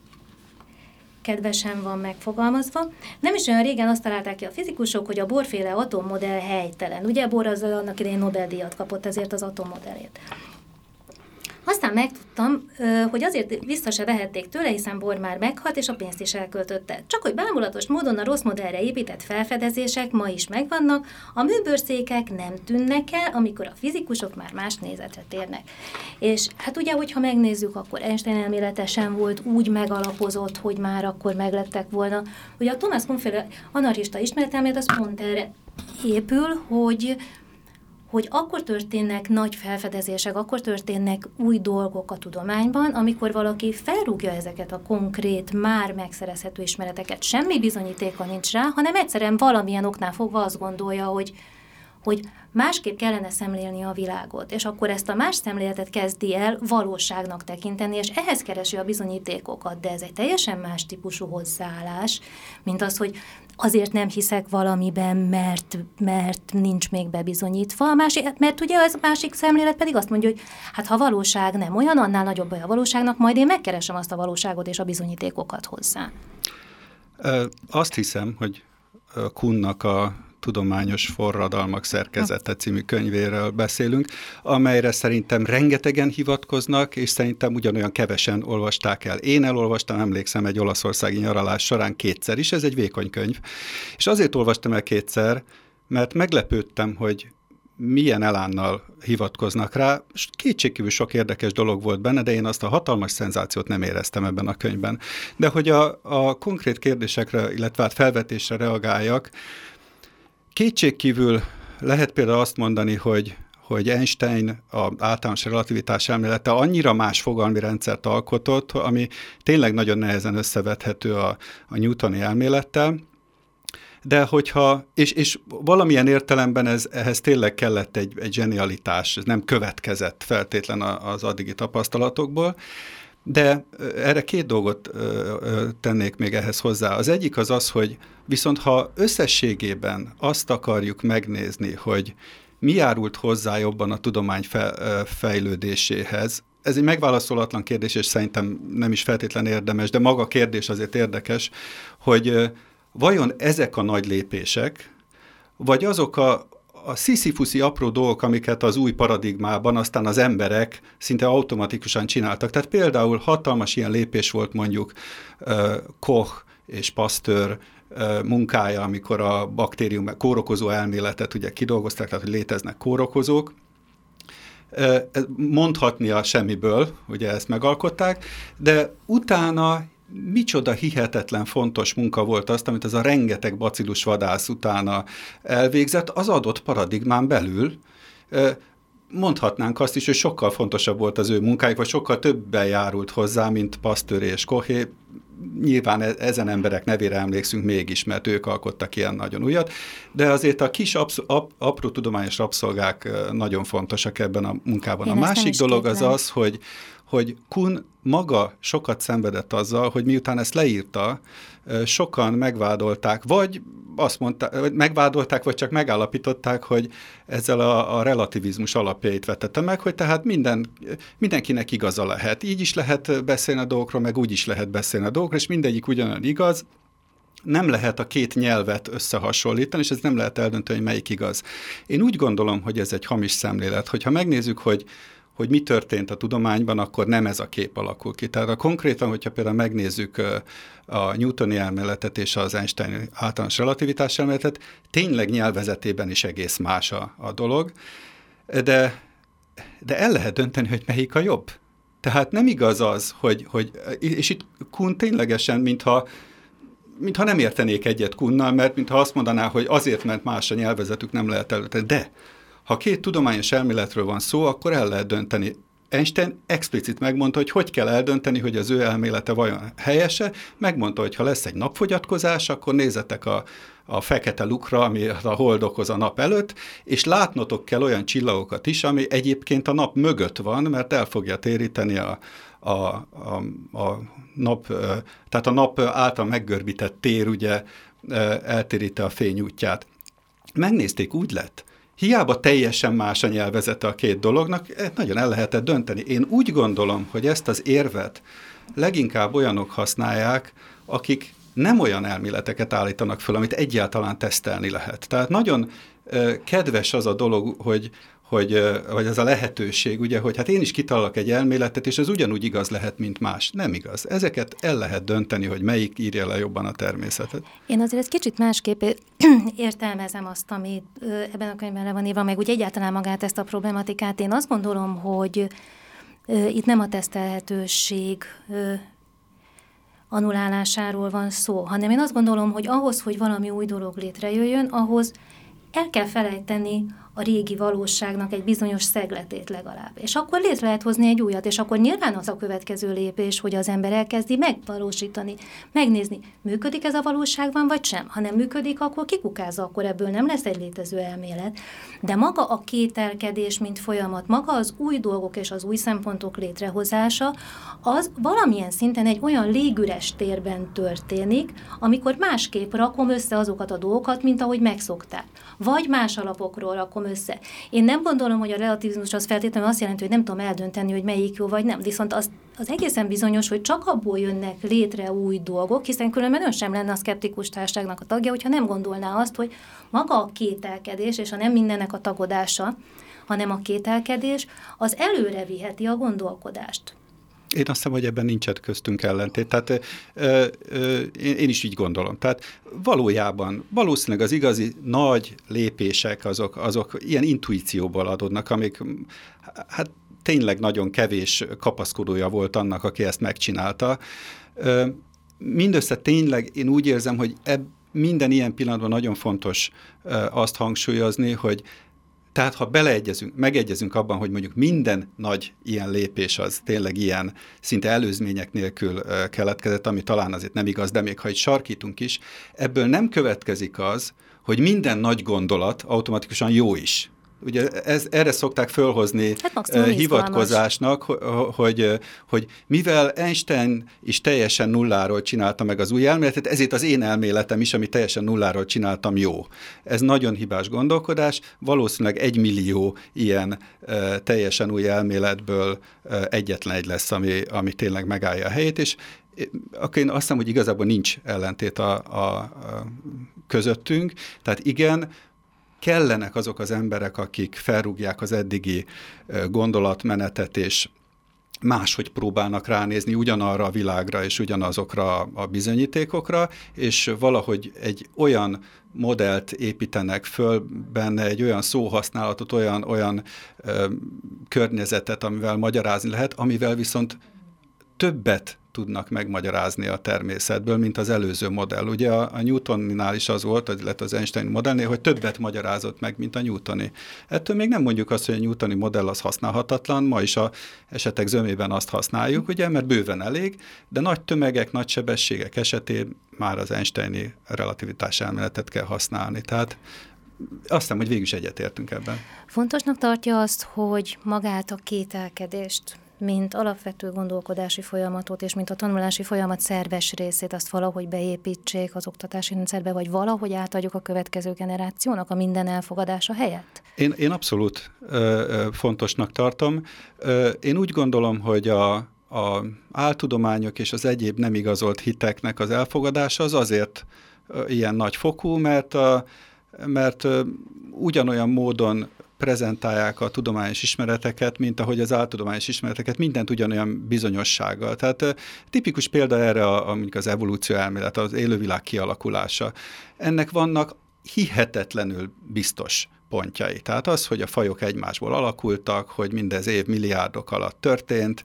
kedvesen van megfogalmazva. Nem is olyan régen azt találták ki a fizikusok, hogy a Bohr-féle atommodell helytelen. Ugye Bohr az annak idején Nobel-díjat kapott ezért az atommodellért. Aztán megtudtam, hogy azért vissza se vehették tőle, hiszen Bohr már meghalt, és a pénzt is elköltötte. Csak hogy bámulatos módon a rossz modellre épített felfedezések ma is megvannak, a műbőrszékek nem tűnnek el, amikor a fizikusok már más nézetre térnek. És hát ugye, hogyha megnézzük, akkor Einstein elmélete sem volt úgy megalapozott, hogy már akkor meglettek volna. Ugye a Thomas Kuhn-féle anarchista ismeretelmélet az pont erre épül, hogy hogy akkor történnek nagy felfedezések, akkor történnek új dolgok a tudományban, amikor valaki felrúgja ezeket a konkrét, már megszerezhető ismereteket. Semmi bizonyítéka nincs rá, hanem egyszerűen valamilyen oknál fogva azt gondolja, hogy, hogy másképp kellene szemlélni a világot, és akkor ezt a más szemléletet kezdi el valóságnak tekinteni, és ehhez keresi a bizonyítékokat, de ez egy teljesen más típusú hozzáállás, mint az, hogy azért nem hiszek valamiben, mert, mert nincs még bebizonyítva. A másik, mert ugye az másik szemlélet pedig azt mondja, hogy hát ha a valóság nem olyan, annál nagyobb baj a valóságnak, majd én megkeresem azt a valóságot és a bizonyítékokat hozzá. Azt hiszem, hogy Kuhnnak a Tudományos Forradalmak szerkezete című könyvéről beszélünk, amelyre szerintem rengetegen hivatkoznak, és szerintem ugyanolyan kevesen olvasták el. Én elolvastam, emlékszem, egy olaszországi nyaralás során kétszer is, ez egy vékony könyv. És azért olvastam el kétszer, mert meglepődtem, hogy milyen elánnal hivatkoznak rá. Kétségkívül sok érdekes dolog volt benne, de én azt a hatalmas szenzációt nem éreztem ebben a könyvben. De hogy a, a konkrét kérdésekre, illetve hát felvetésre reagáljak, kétségkívül lehet például azt mondani, hogy, hogy Einstein az általános relativitás elmélete annyira más fogalmi rendszert alkotott, ami tényleg nagyon nehezen összevethető a, a newtoni elmélettel, de hogyha, és, és valamilyen értelemben ez, ehhez tényleg kellett egy, egy zsenialitás, ez nem következett feltétlen az addigi tapasztalatokból, de erre két dolgot tennék még ehhez hozzá. Az egyik az az, hogy viszont ha összességében azt akarjuk megnézni, hogy mi járult hozzá jobban a tudomány fejlődéséhez, ez egy megválaszolatlan kérdés, és szerintem nem is feltétlen érdemes, de maga a kérdés azért érdekes, hogy vajon ezek a nagy lépések, vagy azok a a sziszifuszi apró dolgok, amiket az új paradigmában aztán az emberek szinte automatikusan csináltak. Tehát például hatalmas ilyen lépés volt mondjuk uh, Koch és Pasteur uh, munkája, amikor a baktérium kórokozó elméletet ugye kidolgozták, tehát hogy léteznek kórokozók. Uh, mondhatni a semmiből, ugye ezt megalkották, de utána micsoda hihetetlen fontos munka volt azt, amit ez a rengeteg bacillus vadász utána elvégzett, az adott paradigmán belül. Mondhatnánk azt is, hogy sokkal fontosabb volt az ő munkájuk, vagy sokkal többen járult hozzá, mint Pasteur és Koché. Nyilván ezen emberek nevére emlékszünk mégis, mert ők alkottak ilyen nagyon újat, de azért a kis absz- ap- apró tudományos rabszolgák nagyon fontosak ebben a munkában. Én a másik dolog az az, hogy hogy Kuhn maga sokat szenvedett azzal, hogy miután ezt leírta, sokan megvádolták, vagy azt mondták, megvádolták, vagy csak megállapították, hogy ezzel a, a relativizmus alapjait vetette meg, hogy tehát minden, mindenkinek igaza lehet. Így is lehet beszélni a dolgokról, meg úgy is lehet beszélni a dolgokról, és mindegyik ugyanolyan igaz. Nem lehet a két nyelvet összehasonlítani, és ez nem lehet eldönteni, hogy melyik igaz. Én úgy gondolom, hogy ez egy hamis szemlélet. Hogyha megnézzük, hogy hogy mi történt a tudományban, akkor nem ez a kép alakul ki. Tehát a konkrétan, hogyha például megnézzük a newtoni elméletet és az Einstein általános relativitás elméletet, tényleg nyelvezetében is egész más a, a dolog, de, de el lehet dönteni, hogy melyik a jobb. Tehát nem igaz az, hogy, hogy és itt Kuhn ténylegesen, mintha mintha nem értenék egyet Kuhnnal, mert mintha azt mondaná, hogy azért, mert más a nyelvezetük, nem lehet eldönteni. De ha két tudományos elméletről van szó, akkor el lehet dönteni. Einstein explicit megmondta, hogy hogy kell eldönteni, hogy az ő elmélete vajon helyese. Megmondta, hogy ha lesz egy napfogyatkozás, akkor nézzetek a, a fekete lukra, ami a hold okoz a nap előtt, és látnotok kell olyan csillagokat is, ami egyébként a nap mögött van, mert el fogja téríteni a, a, a, a nap, tehát a nap által meggörbített tér ugye eltéríti a fény útját. Megnézték, úgy lett. Hiába teljesen más a nyelvezete a két dolognak, nagyon el lehetett dönteni. Én úgy gondolom, hogy ezt az érvet leginkább olyanok használják, akik nem olyan elméleteket állítanak föl, amit egyáltalán tesztelni lehet. Tehát nagyon kedves az a dolog, hogy, hogy, vagy az a lehetőség, ugye, hogy hát én is kitalálok egy elméletet, és ez ugyanúgy igaz lehet, mint más. Nem igaz. Ezeket el lehet dönteni, hogy melyik írja le jobban a természetet. Én azért egy kicsit másképp értelmezem azt, ami ebben a könyvben le van írva, meg úgy egyáltalán magát ezt a problematikát. Én azt gondolom, hogy itt nem a tesztelhetőség annulálásáról van szó, hanem én azt gondolom, hogy ahhoz, hogy valami új dolog létrejöjjön, ahhoz el kell felejteni a régi valóságnak egy bizonyos szegletét legalább. És akkor létre lehet hozni egy újat, és akkor nyilván az a következő lépés, hogy az ember elkezdi megvalósítani, megnézni, működik ez a valóságban, vagy sem. Ha nem működik, akkor kikukázza, akkor ebből nem lesz egy létező elmélet. De maga a kételkedés, mint folyamat, maga az új dolgok és az új szempontok létrehozása, az valamilyen szinten egy olyan légüres térben történik, amikor másképp rakom össze azokat a dolgokat, mint ahogy megszokták. Vagy más alapokról rakom össze. Én nem gondolom, hogy a relativizmus az feltétlenül azt jelenti, hogy nem tudom eldönteni, hogy melyik jó vagy nem. Viszont az, az egészen bizonyos, hogy csak abból jönnek létre új dolgok, hiszen különben ön sem lenne a szkeptikus társaságnak a tagja, hogyha nem gondolná azt, hogy maga a kételkedés, és a nem mindennek a tagodása, hanem a kételkedés, az előre viheti a gondolkodást. Én azt hiszem, hogy ebben nincsen köztünk ellentét. Tehát ö, ö, én, én is így gondolom. Tehát valójában valószínűleg az igazi nagy lépések azok, azok ilyen intuícióból adódnak, amik hát tényleg nagyon kevés kapaszkodója volt annak, aki ezt megcsinálta. Ö, mindössze tényleg én úgy érzem, hogy eb, minden ilyen pillanatban nagyon fontos ö, azt hangsúlyozni, hogy tehát, ha beleegyezünk, megegyezünk abban, hogy mondjuk minden nagy ilyen lépés az tényleg ilyen szinte előzmények nélkül keletkezett, ami talán azért nem igaz, de még ha itt sarkítunk is, ebből nem következik az, hogy minden nagy gondolat automatikusan jó is. Ugye ez, erre szokták fölhozni hát hivatkozásnak, hogy, hogy mivel Einstein is teljesen nulláról csinálta meg az új elméletet, ezért az én elméletem is, ami teljesen nulláról csináltam, jó. Ez nagyon hibás gondolkodás, valószínűleg egy millió ilyen uh, teljesen új elméletből uh, egyetlen egy lesz, ami, ami tényleg megállja a helyét, és akkor én azt hiszem, hogy igazából nincs ellentét a, a, a közöttünk, tehát igen, kellenek azok az emberek, akik felrúgják az eddigi gondolatmenetet, és máshogy próbálnak ránézni ugyanarra a világra, és ugyanazokra a bizonyítékokra, és valahogy egy olyan modellt építenek föl benne, egy olyan szóhasználatot, olyan, olyan ö, környezetet, amivel magyarázni lehet, amivel viszont többet tudnak megmagyarázni a természetből, mint az előző modell. Ugye a, a Newtonnál is az volt, illetve az Einstein modellnél, hogy többet magyarázott meg, mint a Newtoni. Ettől még nem mondjuk azt, hogy a Newtoni modell az használhatatlan, ma is a esetek zömében azt használjuk, ugye, mert bőven elég, de nagy tömegek, nagy sebességek esetén már az Einsteini relativitás elméletet kell használni. Tehát azt hiszem, hogy végül is egyetértünk ebben. Fontosnak tartja azt, hogy magát a kételkedést, mint alapvető gondolkodási folyamatot, és mint a tanulási folyamat szerves részét, azt valahogy beépítsék az oktatási rendszerbe, vagy valahogy átadjuk a következő generációnak a minden elfogadása helyett? Én, én abszolút ö, fontosnak tartom. Ö, én úgy gondolom, hogy a, a áltudományok és az egyéb nem igazolt hiteknek az elfogadása az azért ö, ilyen nagy fokú, mert, a, mert ö, ugyanolyan módon prezentálják a tudományos ismereteket, mint ahogy az áltudományos ismereteket, mindent ugyanolyan bizonyossággal. Tehát tipikus példa erre a, a, mondjuk az evolúció elmélet, az élővilág kialakulása. Ennek vannak hihetetlenül biztos pontjai. Tehát az, hogy a fajok egymásból alakultak, hogy mindez év milliárdok alatt történt,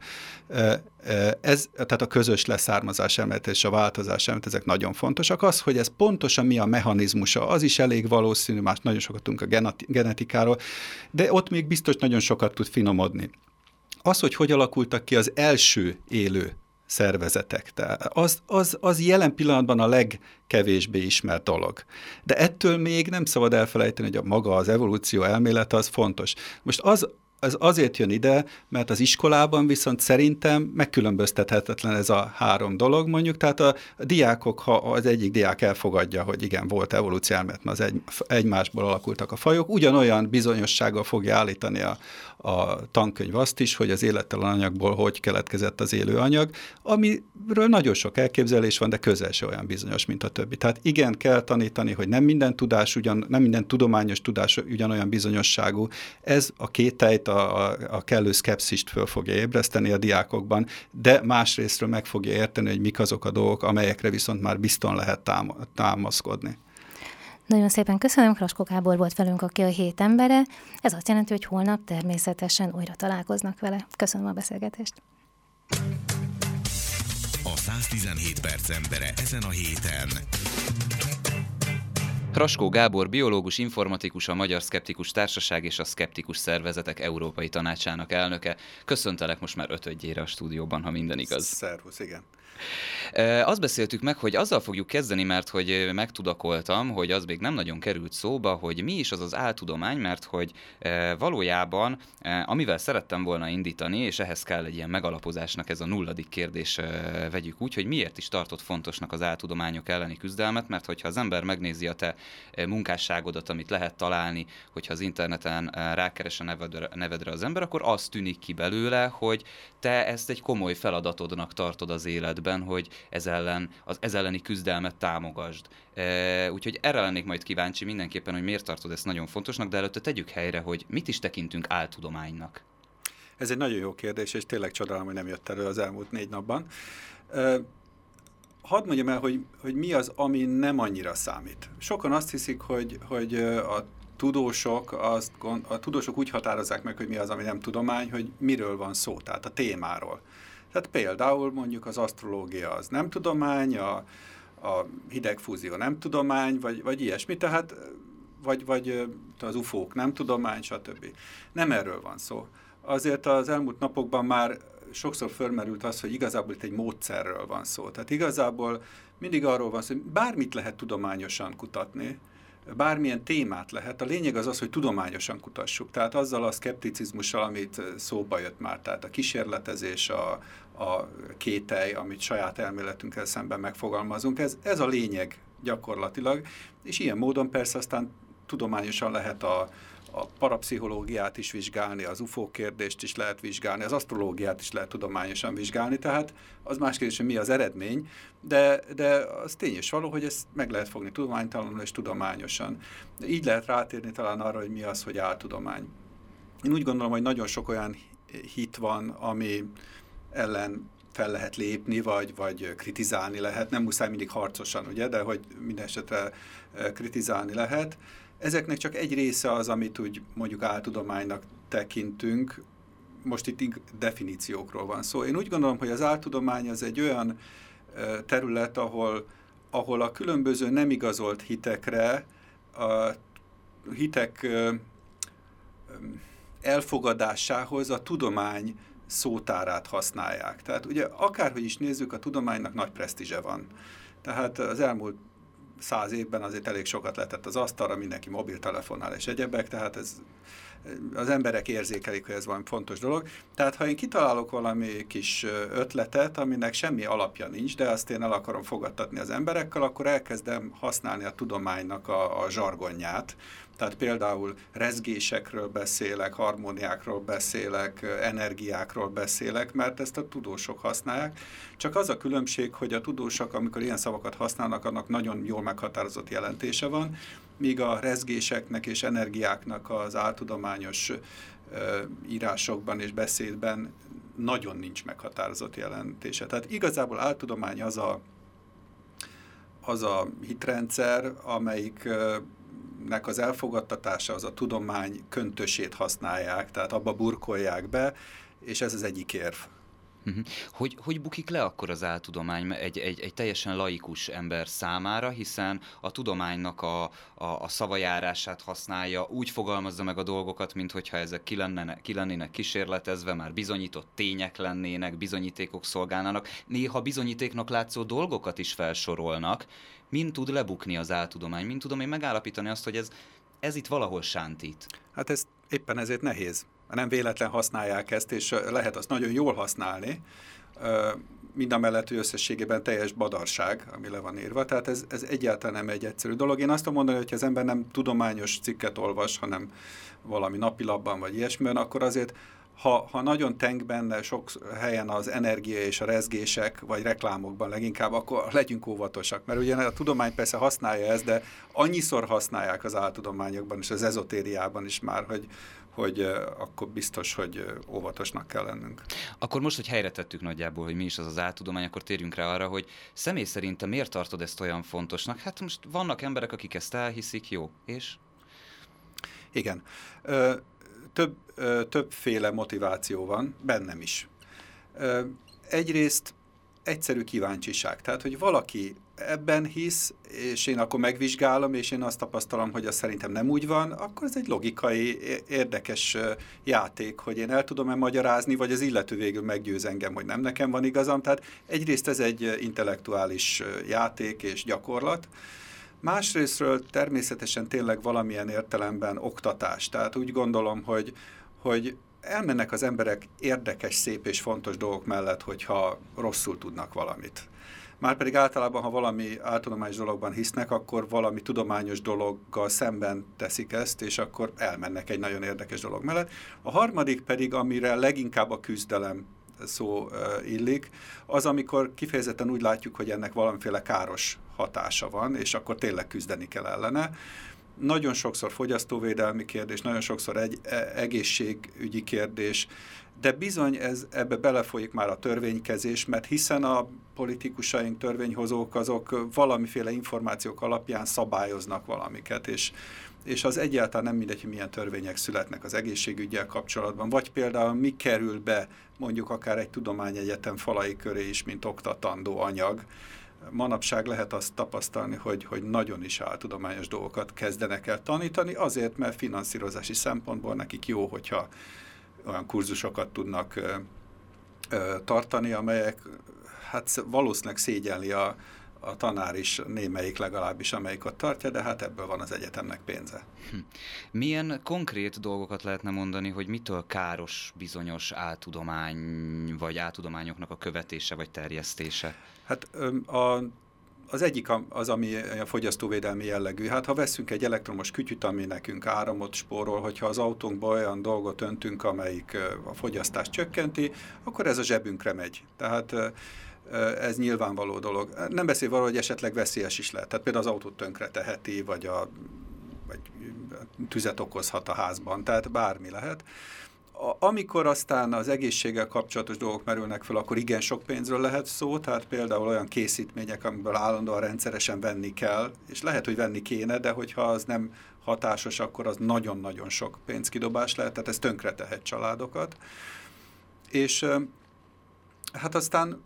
ez, tehát a közös leszármazás elmélet és a változás elmélet, ezek nagyon fontosak. Az, hogy ez pontosan mi a mechanizmusa, az is elég valószínű, más nagyon sokat tudunk a genetikáról, de ott még biztos nagyon sokat tud finomodni. Az, hogy hogy alakultak ki az első élő szervezetek. Tehát az, az, az jelen pillanatban a legkevésbé ismert dolog. De ettől még nem szabad elfelejteni, hogy a maga az evolúció elmélet az fontos. Most az, ez azért jön ide, mert az iskolában viszont szerintem megkülönböztethetetlen ez a három dolog mondjuk, tehát a, a diákok, ha az egyik diák elfogadja, hogy igen, volt evolúciálmélet, mert az egy, egymásból alakultak a fajok, ugyanolyan bizonyossággal fogja állítani a, a tankönyv azt is, hogy az élettelen anyagból hogy keletkezett az élő anyag, amiről nagyon sok elképzelés van, de közel se olyan bizonyos, mint a többi. Tehát igen, kell tanítani, hogy nem minden tudás, ugyan, nem minden tudományos tudás ugyanolyan bizonyosságú. Ez a kételyt, a, a, a kellő szkepszist föl fogja ébreszteni a diákokban, de másrésztről meg fogja érteni, hogy mik azok a dolgok, amelyekre viszont már bizton lehet tám- támaszkodni. Nagyon szépen köszönöm, Kraskó Gábor volt velünk, aki a hét embere. Ez azt jelenti, hogy holnap természetesen újra találkoznak vele. Köszönöm a beszélgetést. A száztizenhét perc embere ezen a héten. Kraskó Gábor, biológus, informatikus, a Magyar Szkeptikus Társaság és a Szkeptikus Szervezetek Európai Tanácsának elnöke. Köszöntelek most már ötödjére a stúdióban, ha minden igaz. Szervusz, igen. Azt beszéltük meg, hogy azzal fogjuk kezdeni, mert hogy megtudakoltam, hogy az még nem nagyon került szóba, hogy mi is az az áltudomány, mert hogy valójában, amivel szerettem volna indítani, és ehhez kell egy ilyen megalapozásnak, ez a nulladik kérdés vegyük úgy, hogy miért is tartott fontosnak az áltudományok elleni küzdelmet, mert hogyha az ember megnézi a te munkásságodat, amit lehet találni, hogyha az interneten rákeres a nevedre, nevedre az ember, akkor az tűnik ki belőle, hogy te ezt egy komoly feladatodnak tartod az életben, hogy ez ellen, az ez elleni küzdelmet támogasd. E, úgyhogy erre lennék majd kíváncsi mindenképpen, hogy miért tartod ezt nagyon fontosnak, de előtte tegyük helyre, hogy mit is tekintünk áltudománynak. Ez egy nagyon jó kérdés, és tényleg csodálom, hogy nem jött elő az elmúlt négy napban. Uh, hadd mondjam el, hogy, hogy mi az, ami nem annyira számít. Sokan azt hiszik, hogy, hogy a tudósok, azt, a tudósok úgy határozzák meg, hogy mi az, ami nem tudomány, hogy miről van szó, tehát a témáról. Tehát például mondjuk az asztrológia az nem tudomány, a, a hidegfúzió nem tudomány, vagy, vagy ilyesmi, tehát vagy, vagy az ufók nem tudomány, stb. Nem erről van szó. Azért az elmúlt napokban már sokszor fölmerült az, hogy igazából itt egy módszerről van szó. Tehát igazából mindig arról van szó, hogy bármit lehet tudományosan kutatni, bármilyen témát lehet. A lényeg az az, hogy tudományosan kutassuk. Tehát azzal a szkepticizmussal, amit szóba jött már, tehát a kísérletezés, a, a kételj, amit saját elméletünkkel szemben megfogalmazunk, ez, ez a lényeg gyakorlatilag. És ilyen módon persze aztán tudományosan lehet a, a parapszichológiát is vizsgálni, az ufó kérdést is lehet vizsgálni, az asztrológiát is lehet tudományosan vizsgálni, tehát az más kérdés, hogy mi az eredmény, de, de az tény és való, hogy ezt meg lehet fogni tudománytalanul és tudományosan. De így lehet rátérni talán arra, hogy mi az, hogy áltudomány. Én úgy gondolom, hogy nagyon sok olyan hit van, ami ellen fel lehet lépni, vagy, vagy kritizálni lehet. Nem muszáj mindig harcosan, ugye, de hogy minden esetre kritizálni lehet. Ezeknek csak egy része az, amit úgy mondjuk áltudománynak tekintünk. Most itt definíciókról van szó. Én úgy gondolom, hogy az áltudomány az egy olyan terület, ahol, ahol a különböző nem igazolt hitekre, a hitek elfogadásához a tudomány szótárát használják. Tehát ugye akárhogy is nézzük, a tudománynak nagy presztízse van. Tehát az elmúlt száz évben azért elég sokat letett az asztalra, mindenki mobiltelefonnál és egyebek, tehát ez, az emberek érzékelik, hogy ez valami fontos dolog. Tehát ha én kitalálok valami kis ötletet, aminek semmi alapja nincs, de azt én el akarom fogadtatni az emberekkel, akkor elkezdem használni a tudománynak a, a zsargonját. Tehát például rezgésekről beszélek, harmóniákról beszélek, energiákról beszélek, mert ezt a tudósok használják. Csak az a különbség, hogy a tudósok, amikor ilyen szavakat használnak, annak nagyon jól meghatározott jelentése van, míg a rezgéseknek és energiáknak az áltudományos ö, írásokban és beszédben nagyon nincs meghatározott jelentése. Tehát igazából áltudomány az a, az a hitrendszer, amelyik ö, nek az elfogadtatása, az a tudomány köntösét használják, tehát abba burkolják be, és ez az egyik érv. Uh-huh. Hogy, hogy bukik le akkor az áltudomány egy, egy, egy teljesen laikus ember számára, hiszen a tudománynak a, a, a szavajárását használja, úgy fogalmazza meg a dolgokat, minthogyha ezek ki, lenne, ki lennének kísérletezve, már bizonyított tények lennének, bizonyítékok szolgálnának, néha bizonyítéknak látszó dolgokat is felsorolnak. Mind tud lebukni az áltudomány? Mind tudom én megállapítani azt, hogy ez, ez itt valahol sántít? Hát ez éppen ezért nehéz. nem véletlen használják ezt, és lehet azt nagyon jól használni, mindamellett, hogy összességében teljes badarság, ami le van írva, tehát ez, ez egyáltalán nem egy egyszerű dolog. Én azt tudom mondani, hogy ha az ember nem tudományos cikket olvas, hanem valami napilapban vagy ilyesmiben, akkor azért, ha, ha nagyon teng benne sok helyen az energia és a rezgések, vagy reklámokban leginkább, akkor legyünk óvatosak, mert ugye a tudomány persze használja ezt, de annyiszor használják az áltudományokban és az ezotériában is már, hogy hogy uh, akkor biztos, hogy uh, óvatosnak kell lennünk. Akkor most, hogy helyre tettük nagyjából, hogy mi is az az áltudomány, akkor térjünk rá arra, hogy személy szerint te miért tartod ezt olyan fontosnak? Hát most vannak emberek, akik ezt elhiszik, jó, és? Igen. Ö, több, ö, többféle motiváció van, bennem is. Ö, egyrészt egyszerű kíváncsiság, tehát, hogy valaki ebben hisz, és én akkor megvizsgálom, és én azt tapasztalom, hogy az szerintem nem úgy van, akkor ez egy logikai, érdekes játék, hogy én el tudom-e magyarázni, vagy az illető végül meggyőz engem, hogy nem nekem van igazam. Tehát egyrészt ez egy intellektuális játék és gyakorlat, másrésztről természetesen tényleg valamilyen értelemben oktatás. Tehát úgy gondolom, hogy, hogy elmennek az emberek érdekes, szép és fontos dolgok mellett, hogyha rosszul tudnak valamit. Márpedig általában, ha valami áltudományos dologban hisznek, akkor valami tudományos dologgal szemben teszik ezt, és akkor elmennek egy nagyon érdekes dolog mellett. A harmadik pedig, amire leginkább a küzdelem szó uh, illik, az, amikor kifejezetten úgy látjuk, hogy ennek valamiféle káros hatása van, és akkor tényleg küzdeni kell ellene. Nagyon sokszor fogyasztóvédelmi kérdés, nagyon sokszor egy egészségügyi kérdés, de bizony ez, ebbe belefolyik már a törvénykezés, mert hiszen a politikusaink, törvényhozók azok valamiféle információk alapján szabályoznak valamiket, és, és az egyáltalán nem mindegy, hogy milyen törvények születnek az egészségüggyel kapcsolatban, vagy például mi kerül be mondjuk akár egy tudományegyetem falai köré is, mint oktatandó anyag. Manapság lehet azt tapasztalni, hogy, hogy nagyon is áltudományos dolgokat kezdenek el tanítani, azért, mert finanszírozási szempontból nekik jó, hogyha olyan kurzusokat tudnak ö, ö, tartani, amelyek hát valószínűleg szégyelli a, a tanár is, némelyik legalábbis, amelyik ott tartja, de hát ebből van az egyetemnek pénze. Hm. Milyen konkrét dolgokat lehetne mondani, hogy mitől káros bizonyos áltudomány, vagy áltudományoknak a követése, vagy terjesztése? Hát a, az egyik az, ami a fogyasztóvédelmi jellegű. Hát ha veszünk egy elektromos kütyüt, ami nekünk áramot spórol, hogyha az autónkba olyan dolgot öntünk, amelyik a fogyasztást csökkenti, akkor ez a zsebünkre megy. Tehát ez nyilvánvaló dolog. Nem beszél való, hogy esetleg veszélyes is lehet. Tehát például az autót tönkre teheti, vagy, a, vagy tüzet okozhat a házban, tehát bármi lehet. Amikor aztán az egészséggel kapcsolatos dolgok merülnek fel, akkor igen sok pénzről lehet szó, tehát például olyan készítmények, amiből állandóan rendszeresen venni kell, és lehet, hogy venni kéne, de hogyha az nem hatásos, akkor az nagyon-nagyon sok pénzkidobás lehet, tehát ez tönkre tehet családokat. És hát aztán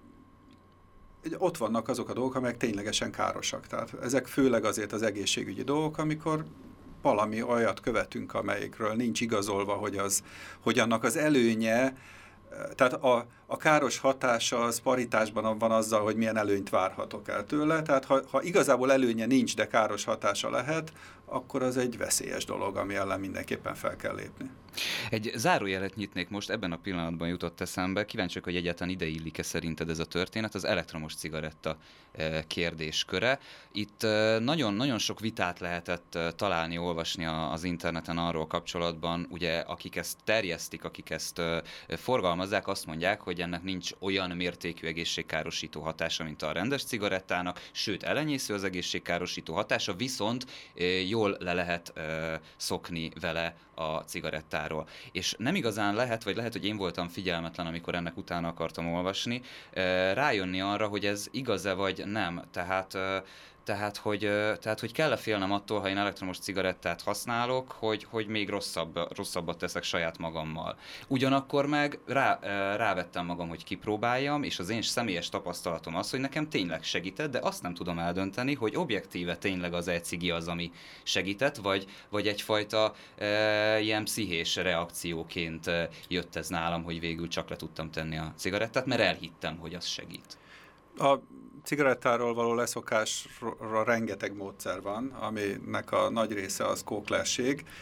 ott vannak azok a dolgok, amelyek ténylegesen károsak. Tehát ezek főleg azért az egészségügyi dolgok, amikor valami olyat követünk, amelyikről nincs igazolva, hogy, az, hogy annak az előnye, tehát a, a káros hatása az paritásban van azzal, hogy milyen előnyt várhatok el tőle. Tehát ha, ha igazából előnye nincs, de káros hatása lehet, akkor az egy veszélyes dolog, ami ellen mindenképpen fel kell lépni. Egy zárójelet nyitnék most, ebben a pillanatban jutott eszembe. Kíváncsiak, hogy egyáltalán ide illik-e szerinted ez a történet, az elektromos cigaretta kérdésköre. Itt nagyon-nagyon sok vitát lehetett találni, olvasni az interneten arról kapcsolatban, ugye akik ezt terjesztik, akik ezt forgalmazzák, azt mondják, hogy ennek nincs olyan mértékű egészségkárosító hatása, mint a rendes cigarettának, sőt elenyésző az egészségkárosító hatása, viszont jól le lehet szokni vele a cigarettáról. És nem igazán lehet, vagy lehet, hogy én voltam figyelmetlen, amikor ennek utána akartam olvasni, rájönni arra, hogy ez igaz-e vagy nem. Tehát, tehát, hogy, tehát, hogy kell-e félnem attól, ha én elektromos cigarettát használok, hogy, hogy még rosszabb, rosszabbat teszek saját magammal. Ugyanakkor meg rá, rávettem magam, hogy kipróbáljam, és az én személyes tapasztalatom az, hogy nekem tényleg segített, de azt nem tudom eldönteni, hogy objektíve tényleg az e-cigi az, ami segített, vagy, vagy egyfajta e, ilyen pszichés reakcióként jött ez nálam, hogy végül csak le tudtam tenni a cigarettát, mert elhittem, hogy az segít. A cigarettáról való leszokásra rengeteg módszer van, aminek a nagy része az kóklerség.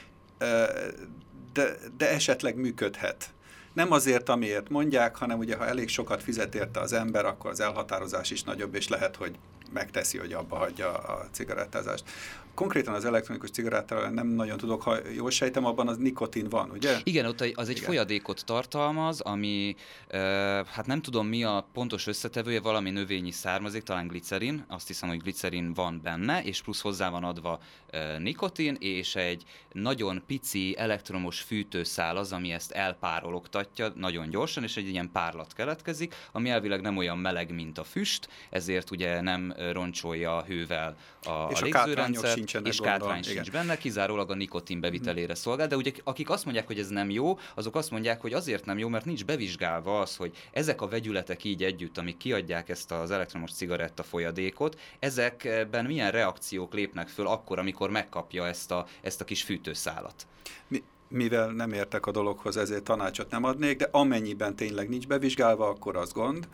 de, de esetleg működhet. Nem azért, amiért mondják, hanem ugye, ha elég sokat fizet érte az ember, akkor az elhatározás is nagyobb, és lehet, hogy megteszi, hogy abba hagyja a cigarettázást. Konkrétan az elektronikus cigarettáról nem nagyon tudok, ha jól sejtem, abban az nikotin van, ugye? Igen, ott az egy Igen. folyadékot tartalmaz, ami, e, hát nem tudom mi a pontos összetevője, valami növényi származék, talán glicerin, azt hiszem, hogy glicerin van benne, és plusz hozzá van adva e, nikotin, és egy nagyon pici elektromos fűtőszál az, ami ezt elpárologtatja nagyon gyorsan, és egy ilyen párlat keletkezik, ami elvileg nem olyan meleg, mint a füst, ezért ugye nem roncsolja a hővel a, és a légzőrendszer, és kátrány sincs benne, kizárólag a nikotin bevitelére szolgál, de ugye akik azt mondják, hogy ez nem jó, azok azt mondják, hogy azért nem jó, mert nincs bevizsgálva az, hogy ezek a vegyületek így együtt, amik kiadják ezt az elektromos cigaretta folyadékot, ezekben milyen reakciók lépnek föl akkor, amikor megkapja ezt a, ezt a kis fűtőszálat. Mi, mivel nem értek a dologhoz, ezért tanácsot nem adnék, de amennyiben tényleg nincs bevizsgálva, akkor az gond.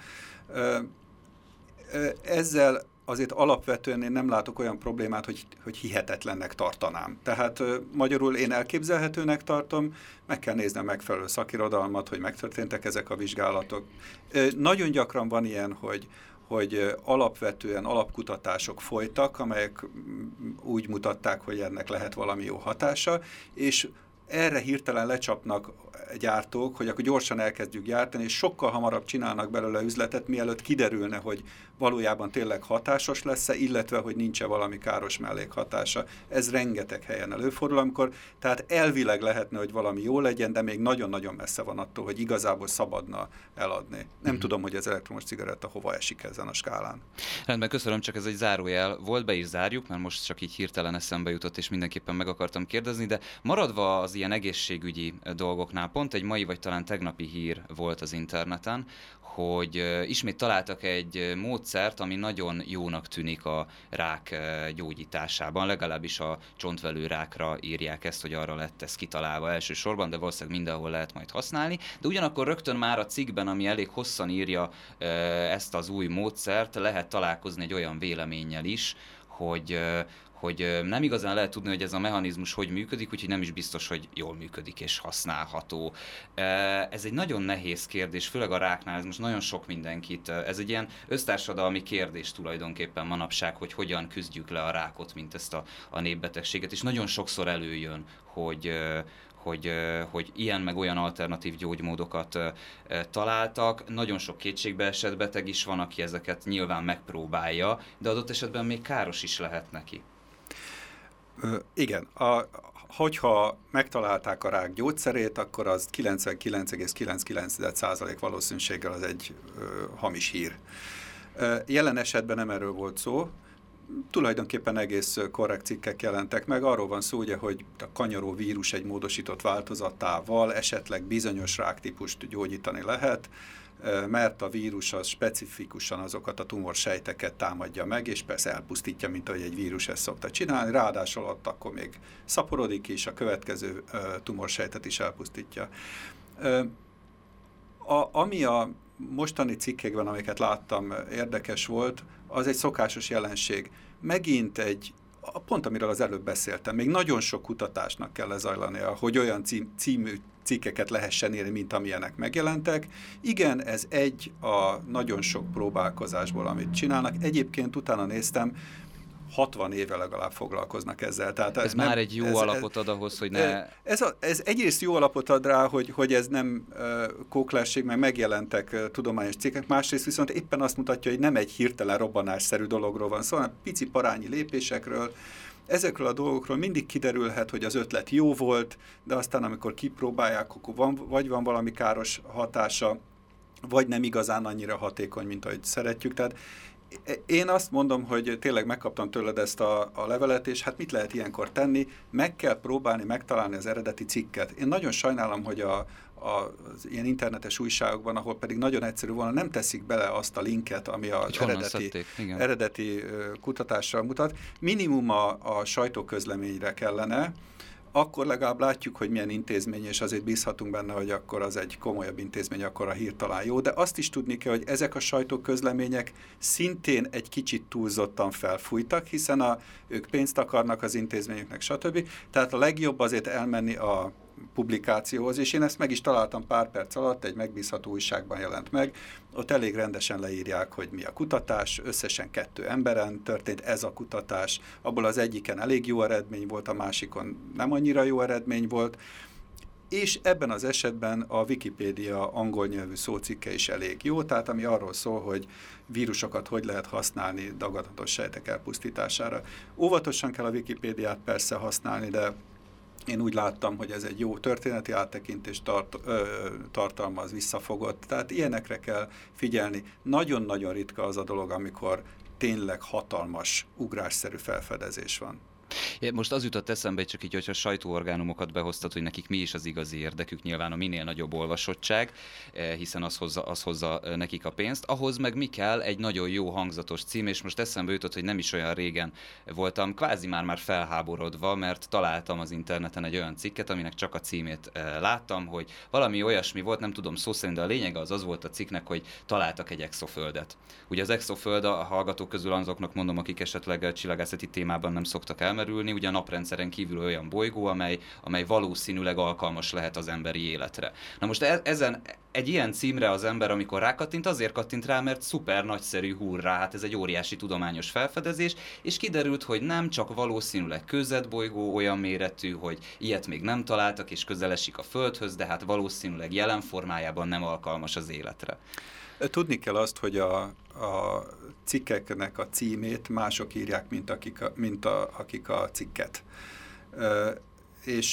Ezzel azért alapvetően én nem látok olyan problémát, hogy, hogy hihetetlennek tartanám. Tehát magyarul én elképzelhetőnek tartom, meg kell nézni a megfelelő szakirodalmat, hogy megtörténtek ezek a vizsgálatok. Nagyon gyakran van ilyen, hogy, hogy alapvetően alapkutatások folytak, amelyek úgy mutatták, hogy ennek lehet valami jó hatása, és erre hirtelen lecsapnak gyártók, hogy akkor gyorsan elkezdjük gyártani, és sokkal hamarabb csinálnak belőle üzletet, mielőtt kiderülne, hogy valójában tényleg hatásos lesz-e, illetve, hogy nincs-e valami káros mellékhatása. Ez rengeteg helyen előfordul, amikor tehát elvileg lehetne, hogy valami jó legyen, de még nagyon-nagyon messze van attól, hogy igazából szabadna eladni. Nem mm. tudom, hogy az elektromos cigaretta hova esik ezen a skálán. Rendben, köszönöm, csak ez egy zárójel volt, be is zárjuk, mert most csak így hirtelen eszembe jutott, és mindenképpen meg akartam kérdezni, de maradva az ilyen egészségügyi dolgoknál, pont egy mai vagy talán tegnapi hír volt az interneten, hogy ismét találtak egy módszert, ami nagyon jónak tűnik a rák gyógyításában, legalábbis a csontvelő rákra írják ezt, hogy arra lett ez kitalálva elsősorban, de valószínűleg mindenhol lehet majd használni, de ugyanakkor rögtön már a cikkben, ami elég hosszan írja ezt az új módszert, lehet találkozni egy olyan véleménnyel is, hogy hogy nem igazán lehet tudni, hogy ez a mechanizmus hogy működik, úgyhogy nem is biztos, hogy jól működik és használható. Ez egy nagyon nehéz kérdés, főleg a ráknál, ez most nagyon sok mindenkit, ez egy ilyen össztársadalmi kérdés tulajdonképpen manapság, hogy hogyan küzdjük le a rákot, mint ezt a, a népbetegséget, és nagyon sokszor előjön, hogy Hogy, hogy ilyen meg olyan alternatív gyógymódokat találtak. Nagyon sok kétségbeesett beteg is van, aki ezeket nyilván megpróbálja, de adott esetben még káros is lehet neki. Ö, igen, a, hogyha megtalálták a rák gyógyszerét, akkor az kilencvenkilenc egész kilencvenkilenc százalék valószínűséggel az egy ö, hamis hír. Ö, jelen esetben nem erről volt szó, tulajdonképpen egész korrekt cikkek jelentek meg. Arról van szó, ugye, hogy a kanyaró vírus egy módosított változatával esetleg bizonyos ráktípust gyógyítani lehet, mert a vírus az specifikusan azokat a tumorsejteket támadja meg, és persze elpusztítja, mint ahogy egy vírus ezt szokta csinálni, ráadásul ott akkor még szaporodik, és a következő tumorsejtet is elpusztítja. A, ami a mostani cikkekben, amiket láttam, érdekes volt, az egy szokásos jelenség. Megint egy, pont amiről az előbb beszéltem, még nagyon sok kutatásnak kell lezajlania, hogy olyan cím, című cikkeket lehessen írni, mint amilyenek megjelentek. Igen, ez egy a nagyon sok próbálkozásból, amit csinálnak. Egyébként utána néztem, hatvan éve legalább foglalkoznak ezzel. Tehát ez nem, már egy jó ez, alapot ad ahhoz, hogy ne... Ez, a, ez egyrészt jó alapot ad rá, hogy, hogy ez nem uh, kóklesség, mert megjelentek uh, tudományos cikkek, másrészt viszont éppen azt mutatja, hogy nem egy hirtelen robbanásszerű dologról van szó, szóval pici parányi lépésekről. Ezekről a dolgokról mindig kiderülhet, hogy az ötlet jó volt, de aztán amikor kipróbálják, akkor van, vagy van valami káros hatása, vagy nem igazán annyira hatékony, mint ahogy szeretjük. Tehát én azt mondom, hogy tényleg megkaptam tőled ezt a, a levelet, és hát mit lehet ilyenkor tenni? Meg kell próbálni megtalálni az eredeti cikket. Én nagyon sajnálom, hogy a, a, az ilyen internetes újságokban, ahol pedig nagyon egyszerű volna, nem teszik bele azt a linket, ami az eredeti, eredeti kutatással mutat. Minimum a, a sajtóközleményre kellene, akkor legalább látjuk, hogy milyen intézmény, és azért bízhatunk benne, hogy akkor az egy komolyabb intézmény, akkor a hír talán jó, de azt is tudni kell, hogy ezek a sajtóközlemények szintén egy kicsit túlzottan felfújtak, hiszen a, ők pénzt akarnak az intézményeknek, stb. Tehát a legjobb azért elmenni a publikációhoz, és én ezt meg is találtam pár perc alatt, egy megbízható újságban jelent meg, ott elég rendesen leírják, hogy mi a kutatás, összesen kettő emberen történt ez a kutatás, abból az egyiken elég jó eredmény volt, a másikon nem annyira jó eredmény volt, és ebben az esetben a Wikipédia angol nyelvű szócikke is elég jó, tehát ami arról szól, hogy vírusokat hogy lehet használni daganatos sejtek elpusztítására. Óvatosan kell a Wikipédiát persze használni, de én úgy láttam, hogy ez egy jó történeti áttekintést tart, ö, tartalmaz, visszafogott, tehát ilyenekre kell figyelni. Nagyon-nagyon ritka az a dolog, amikor tényleg hatalmas, ugrásszerű felfedezés van. Most az jutott eszembe, csak így, hogyha sajtóorgánumokat behoztad, hogy nekik mi is az igazi érdekük, nyilván a minél nagyobb olvasottság, hiszen az hozza, az hozza nekik a pénzt. Ahhoz meg mi kell? Egy nagyon jó hangzatos cím, és most eszembe jutott, hogy nem is olyan régen voltam kvázi már-már felháborodva, mert találtam az interneten egy olyan cikket, aminek csak a címét láttam, hogy valami olyasmi volt, nem tudom szó szerint, de a lényege az az volt a cikknek, hogy találtak egy exoföldet. Ugye az exoföld a hallgatók közül azoknak mondom, akik esetleg csillagászati témában nem szoktak elmerülni, ugye a naprendszeren kívül olyan bolygó, amely, amely valószínűleg alkalmas lehet az emberi életre. Na most e- ezen egy ilyen címre az ember, amikor rákattint, azért kattint rá, mert szuper nagyszerű, hurrá, hát ez egy óriási tudományos felfedezés, és kiderült, hogy nem csak valószínűleg kőzetbolygó olyan méretű, hogy ilyet még nem találtak, és közel esik a Földhöz, de hát valószínűleg jelen formájában nem alkalmas az életre. Tudni kell azt, hogy a, a cikkeknek a címét mások írják, mint akik a, mint a, akik a cikket. E, és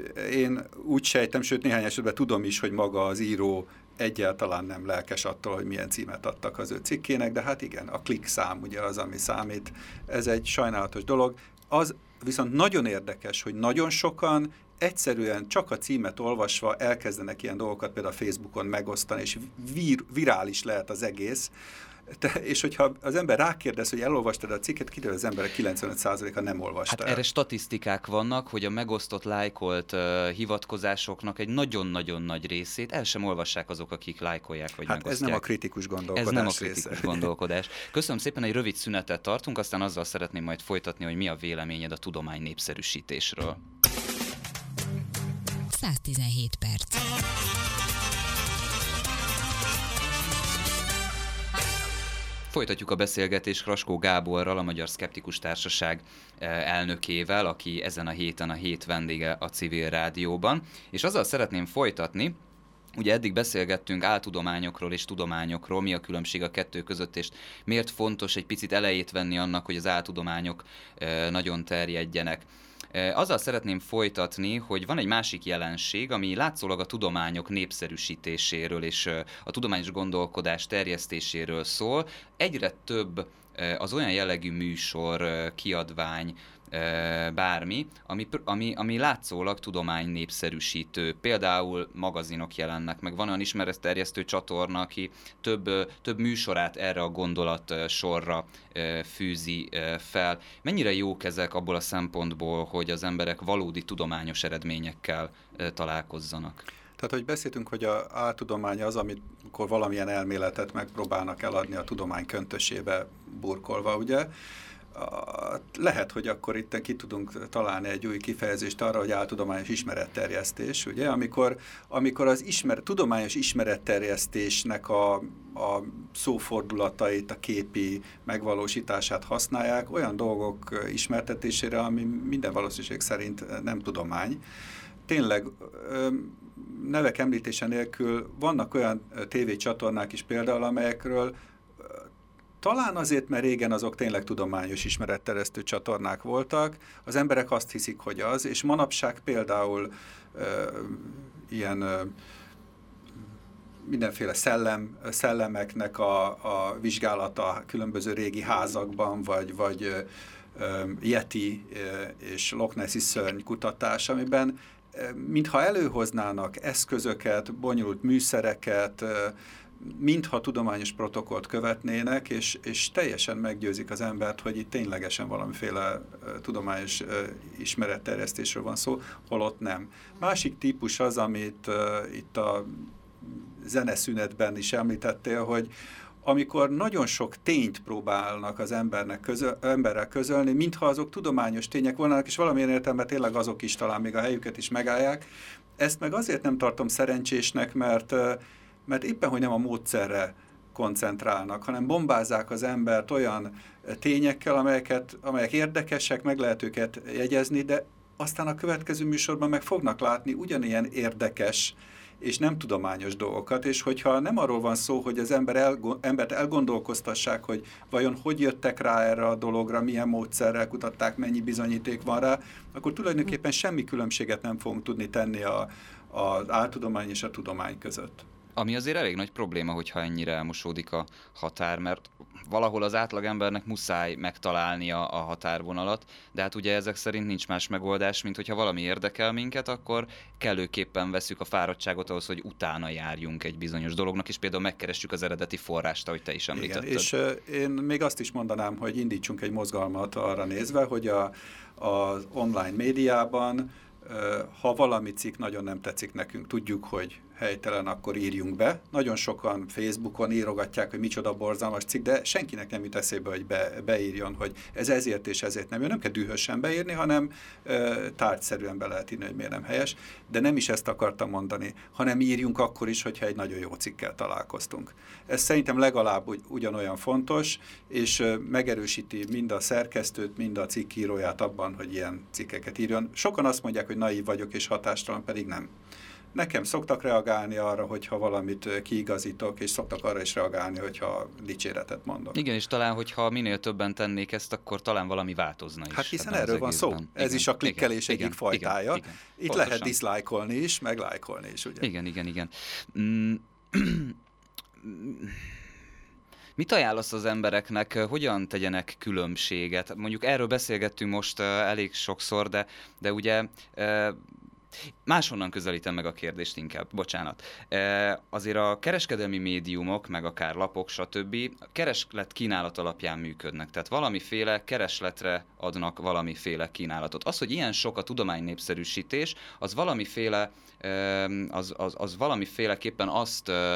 én úgy sejtem, sőt néhány esetben tudom is, hogy maga az író egyáltalán nem lelkes attól, hogy milyen címet adtak az ő cikkének, de hát igen, a klik szám ugye az, ami számít. Ez egy sajnálatos dolog. Az viszont nagyon érdekes, hogy nagyon sokan egyszerűen csak a címet olvasva elkezdenek ilyen dolgokat például a Facebookon megosztani, és vir, virális lehet az egész. Te, és hogyha az ember rákérdez, hogy elolvastad a cikket, kiderül, az emberek kilencvenöt százaléka nem olvasta Hát el. Erre statisztikák vannak, hogy a megosztott, lájkolt uh, hivatkozásoknak egy nagyon-nagyon nagy részét el sem olvassák azok, akik lájkolják vagy hát megosztják. Ez nem a kritikus gondolkodás Ez nem a része. kritikus gondolkodás. Köszönöm szépen, egy rövid szünetet tartunk, aztán azzal szeretném majd folytatni, hogy mi a véleményed a tudomány népszerűsítésről. száz tizenhét perc. Folytatjuk a beszélgetést Raskó Gáborral, a Magyar Szkeptikus Társaság elnökével, aki ezen a héten a hét vendége a Civil Rádióban, és azzal szeretném folytatni, ugye eddig beszélgettünk áltudományokról és tudományokról, mi a különbség a kettő között, és miért fontos egy picit elejét venni annak, hogy az áltudományok nagyon terjedjenek. Azzal szeretném folytatni, hogy van egy másik jelenség, ami látszólag a tudományok népszerűsítéséről és a tudományos gondolkodás terjesztéséről szól. Egyre több az olyan jellegű műsor, kiadvány, bármi, ami, ami, ami látszólag tudomány népszerűsítő. Például magazinok jelennek meg, van olyan ismeretterjesztő csatorna, aki több, több műsorát erre a gondolat sorra fűzi fel. Mennyire jók ezek abból a szempontból, hogy az emberek valódi tudományos eredményekkel találkozzanak? Tehát, hogy beszéltünk, hogy a áltudomány az, amikor valamilyen elméletet megpróbálnak eladni a tudomány köntösébe burkolva, ugye? Lehet, hogy akkor itt ki tudunk találni egy új kifejezést arra, hogy áltudományos ismeretterjesztés, ugye? Amikor, amikor az ismer, tudományos ismeretterjesztésnek a, a szófordulatait, a képi megvalósítását használják olyan dolgok ismertetésére, ami minden valószínűség szerint nem tudomány. Tényleg nevek említése nélkül vannak olyan tévécsatornák is például, amelyekről talán azért, mert régen azok tényleg tudományos ismeretterjesztő csatornák voltak, az emberek azt hiszik, hogy az, és manapság például ö, ilyen ö, mindenféle szellem, szellemeknek a, a vizsgálata különböző régi házakban, vagy, vagy ö, ö, Yeti ö, és Loch Nessi szörny kutatás, amiben ö, mintha előhoznának eszközöket, bonyolult műszereket, ö, mintha tudományos protokollt követnének, és, és teljesen meggyőzik az embert, hogy itt ténylegesen valamiféle uh, tudományos uh, ismeretterjesztésről van szó, holott nem. Másik típus az, amit uh, itt a zeneszünetben is említettél, hogy amikor nagyon sok tényt próbálnak az embernek közöl, emberrel közölni, mintha azok tudományos tények volnának, és valamilyen értelemben tényleg azok is talán még a helyüket is megállják. Ezt meg azért nem tartom szerencsésnek, mert, mert éppen, hogy nem a módszerre koncentrálnak, hanem bombázzák az embert olyan tényekkel, amelyeket, amelyek érdekesek, meg lehet őket jegyezni, de aztán a következő műsorban meg fognak látni ugyanilyen érdekes és nem tudományos dolgokat, és hogyha nem arról van szó, hogy az ember elgo- embert elgondolkoztassák, hogy vajon hogy jöttek rá erre a dologra, milyen módszerrel kutatták, mennyi bizonyíték van rá, akkor tulajdonképpen semmi különbséget nem fogunk tudni tenni a, az áltudomány és a tudomány között. Ami azért elég nagy probléma, hogyha ennyire elmosódik a határ, mert valahol az átlagembernek muszáj megtalálnia a határvonalat, de hát ugye ezek szerint nincs más megoldás, mint hogyha valami érdekel minket, akkor kellőképpen veszük a fáradtságot ahhoz, hogy utána járjunk egy bizonyos dolognak, és például megkeressük az eredeti forrást, ahogy te is említetted. Igen, és uh, én még azt is mondanám, hogy indítsunk egy mozgalmat arra nézve, hogy a, az online médiában, uh, ha valami cikk nagyon nem tetszik nekünk, tudjuk, hogy helytelen, akkor írjunk be. Nagyon sokan Facebookon írogatják, hogy micsoda borzalmas cikk, de senkinek nem jut eszébe, hogy be, beírjon, hogy ez ezért és ezért nem. Nem kell dühösen beírni, hanem ö, tárgyszerűen be lehet írni, hogy miért nem helyes. De nem is ezt akartam mondani, hanem írjunk akkor is, hogyha egy nagyon jó cikkel találkoztunk. Ez szerintem legalább ugy, ugyanolyan fontos, és ö, megerősíti mind a szerkesztőt, mind a cikkíróját abban, hogy ilyen cikkeket írjon. Sokan azt mondják, hogy naív vagyok és hatástalan, pedig nem. Nekem szoktak reagálni arra, hogyha valamit kiigazítok, és szoktak arra is reagálni, hogyha dicséretet mondok. Igen, és talán, hogyha minél többen tennék ezt, akkor talán valami változna is. Hát hiszen erről van szó. Igen, Ez is a klikkelés igen, egyik fajtája. Igen, igen, Itt pontosan. lehet diszlájkolni is, meg lájkolni is, ugye? Igen, igen, igen. Mm. Mit ajánlasz az embereknek, hogyan tegyenek különbséget? Mondjuk erről beszélgettünk most uh, elég sokszor, de, de ugye... Uh, máshonnan közelítem meg a kérdést inkább, bocsánat. E, azért a kereskedelmi médiumok, meg akár lapok, stb. A kereslet kínálat alapján működnek. Tehát valamiféle keresletre adnak valamiféle kínálatot. Az, hogy ilyen sok a tudomány népszerűsítés, az valamiféle, az, az, az valamiféleképpen azt e,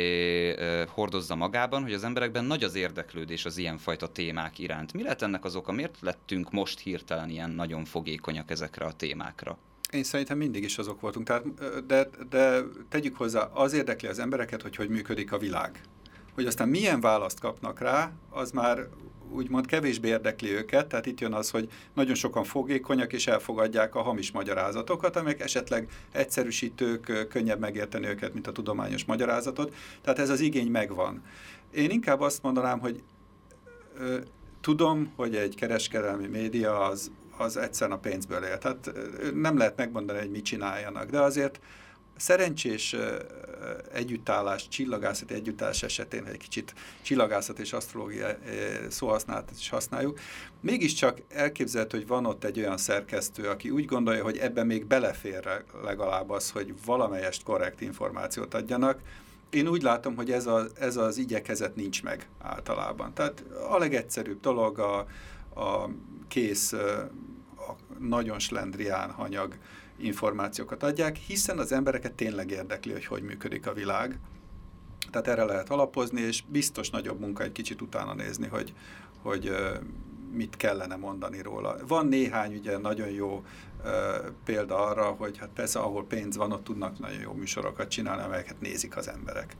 e, hordozza magában, hogy az emberekben nagy az érdeklődés az ilyenfajta témák iránt. Mi lehet ennek az oka? Miért lettünk most hirtelen ilyen nagyon fogékonyak ezekre a témákra? Én szerintem mindig is azok voltunk, tehát, de, de tegyük hozzá, az érdekli az embereket, hogy hogy működik a világ. Hogy aztán milyen választ kapnak rá, az már úgymond kevésbé érdekli őket, tehát itt jön az, hogy nagyon sokan fogékonyak és elfogadják a hamis magyarázatokat, amelyek esetleg egyszerűsítők, könnyebb megérteni őket, mint a tudományos magyarázatot, tehát ez az igény megvan. Én inkább azt mondanám, hogy ö, tudom, hogy egy kereskedelmi média az az egyszerűen a pénzből él. Tehát nem lehet megmondani, hogy mit csináljanak, de azért szerencsés együttállás, csillagászati együttállás esetén, egy kicsit csillagászat és asztrológia szóhasználatot is használjuk, mégiscsak elképzelhető, hogy van ott egy olyan szerkesztő, aki úgy gondolja, hogy ebben még belefér legalább az, hogy valamelyest korrekt információt adjanak. Én úgy látom, hogy ez, a, ez az igyekezet nincs meg általában. Tehát a legegyszerűbb dolog a, a kész, a nagyon slendrián hanyag információkat adják, hiszen az embereket tényleg érdekli, hogy hogy működik a világ. Tehát erre lehet alapozni, és biztos nagyobb munka egy kicsit utána nézni, hogy, hogy mit kellene mondani róla. Van néhány ugye nagyon jó uh, példa arra, hogy hát persze, ahol pénz van, ott tudnak nagyon jó műsorokat csinálni, amelyeket nézik az emberek.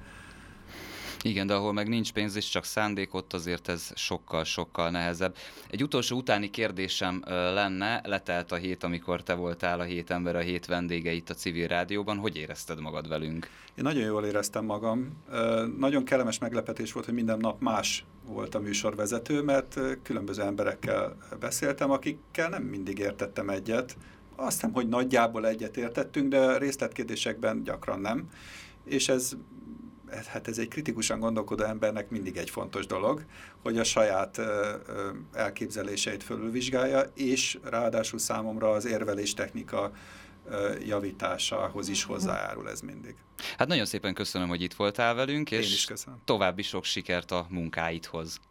Igen, de ahol meg nincs pénz és csak szándék, ott azért ez sokkal-sokkal nehezebb. Egy utolsó utáni kérdésem lenne, letelt a hét, amikor te voltál a hét ember, a hét vendége itt a Civil Rádióban. Hogy érezted magad velünk? Én nagyon jól éreztem magam. Nagyon kellemes meglepetés volt, hogy minden nap más volt a műsorvezető, mert különböző emberekkel beszéltem, akikkel nem mindig értettem egyet. Azt hiszem, hogy nagyjából egyet értettünk, de részletkérdésekben gyakran nem. És ez hát ez egy kritikusan gondolkodó embernek mindig egy fontos dolog, hogy a saját elképzeléseit fölülvizsgálja, és ráadásul számomra az érveléstechnika javításához is hozzájárul ez mindig. Hát nagyon szépen köszönöm, hogy itt voltál velünk, és Én is köszönöm. további sok sikert a munkáidhoz.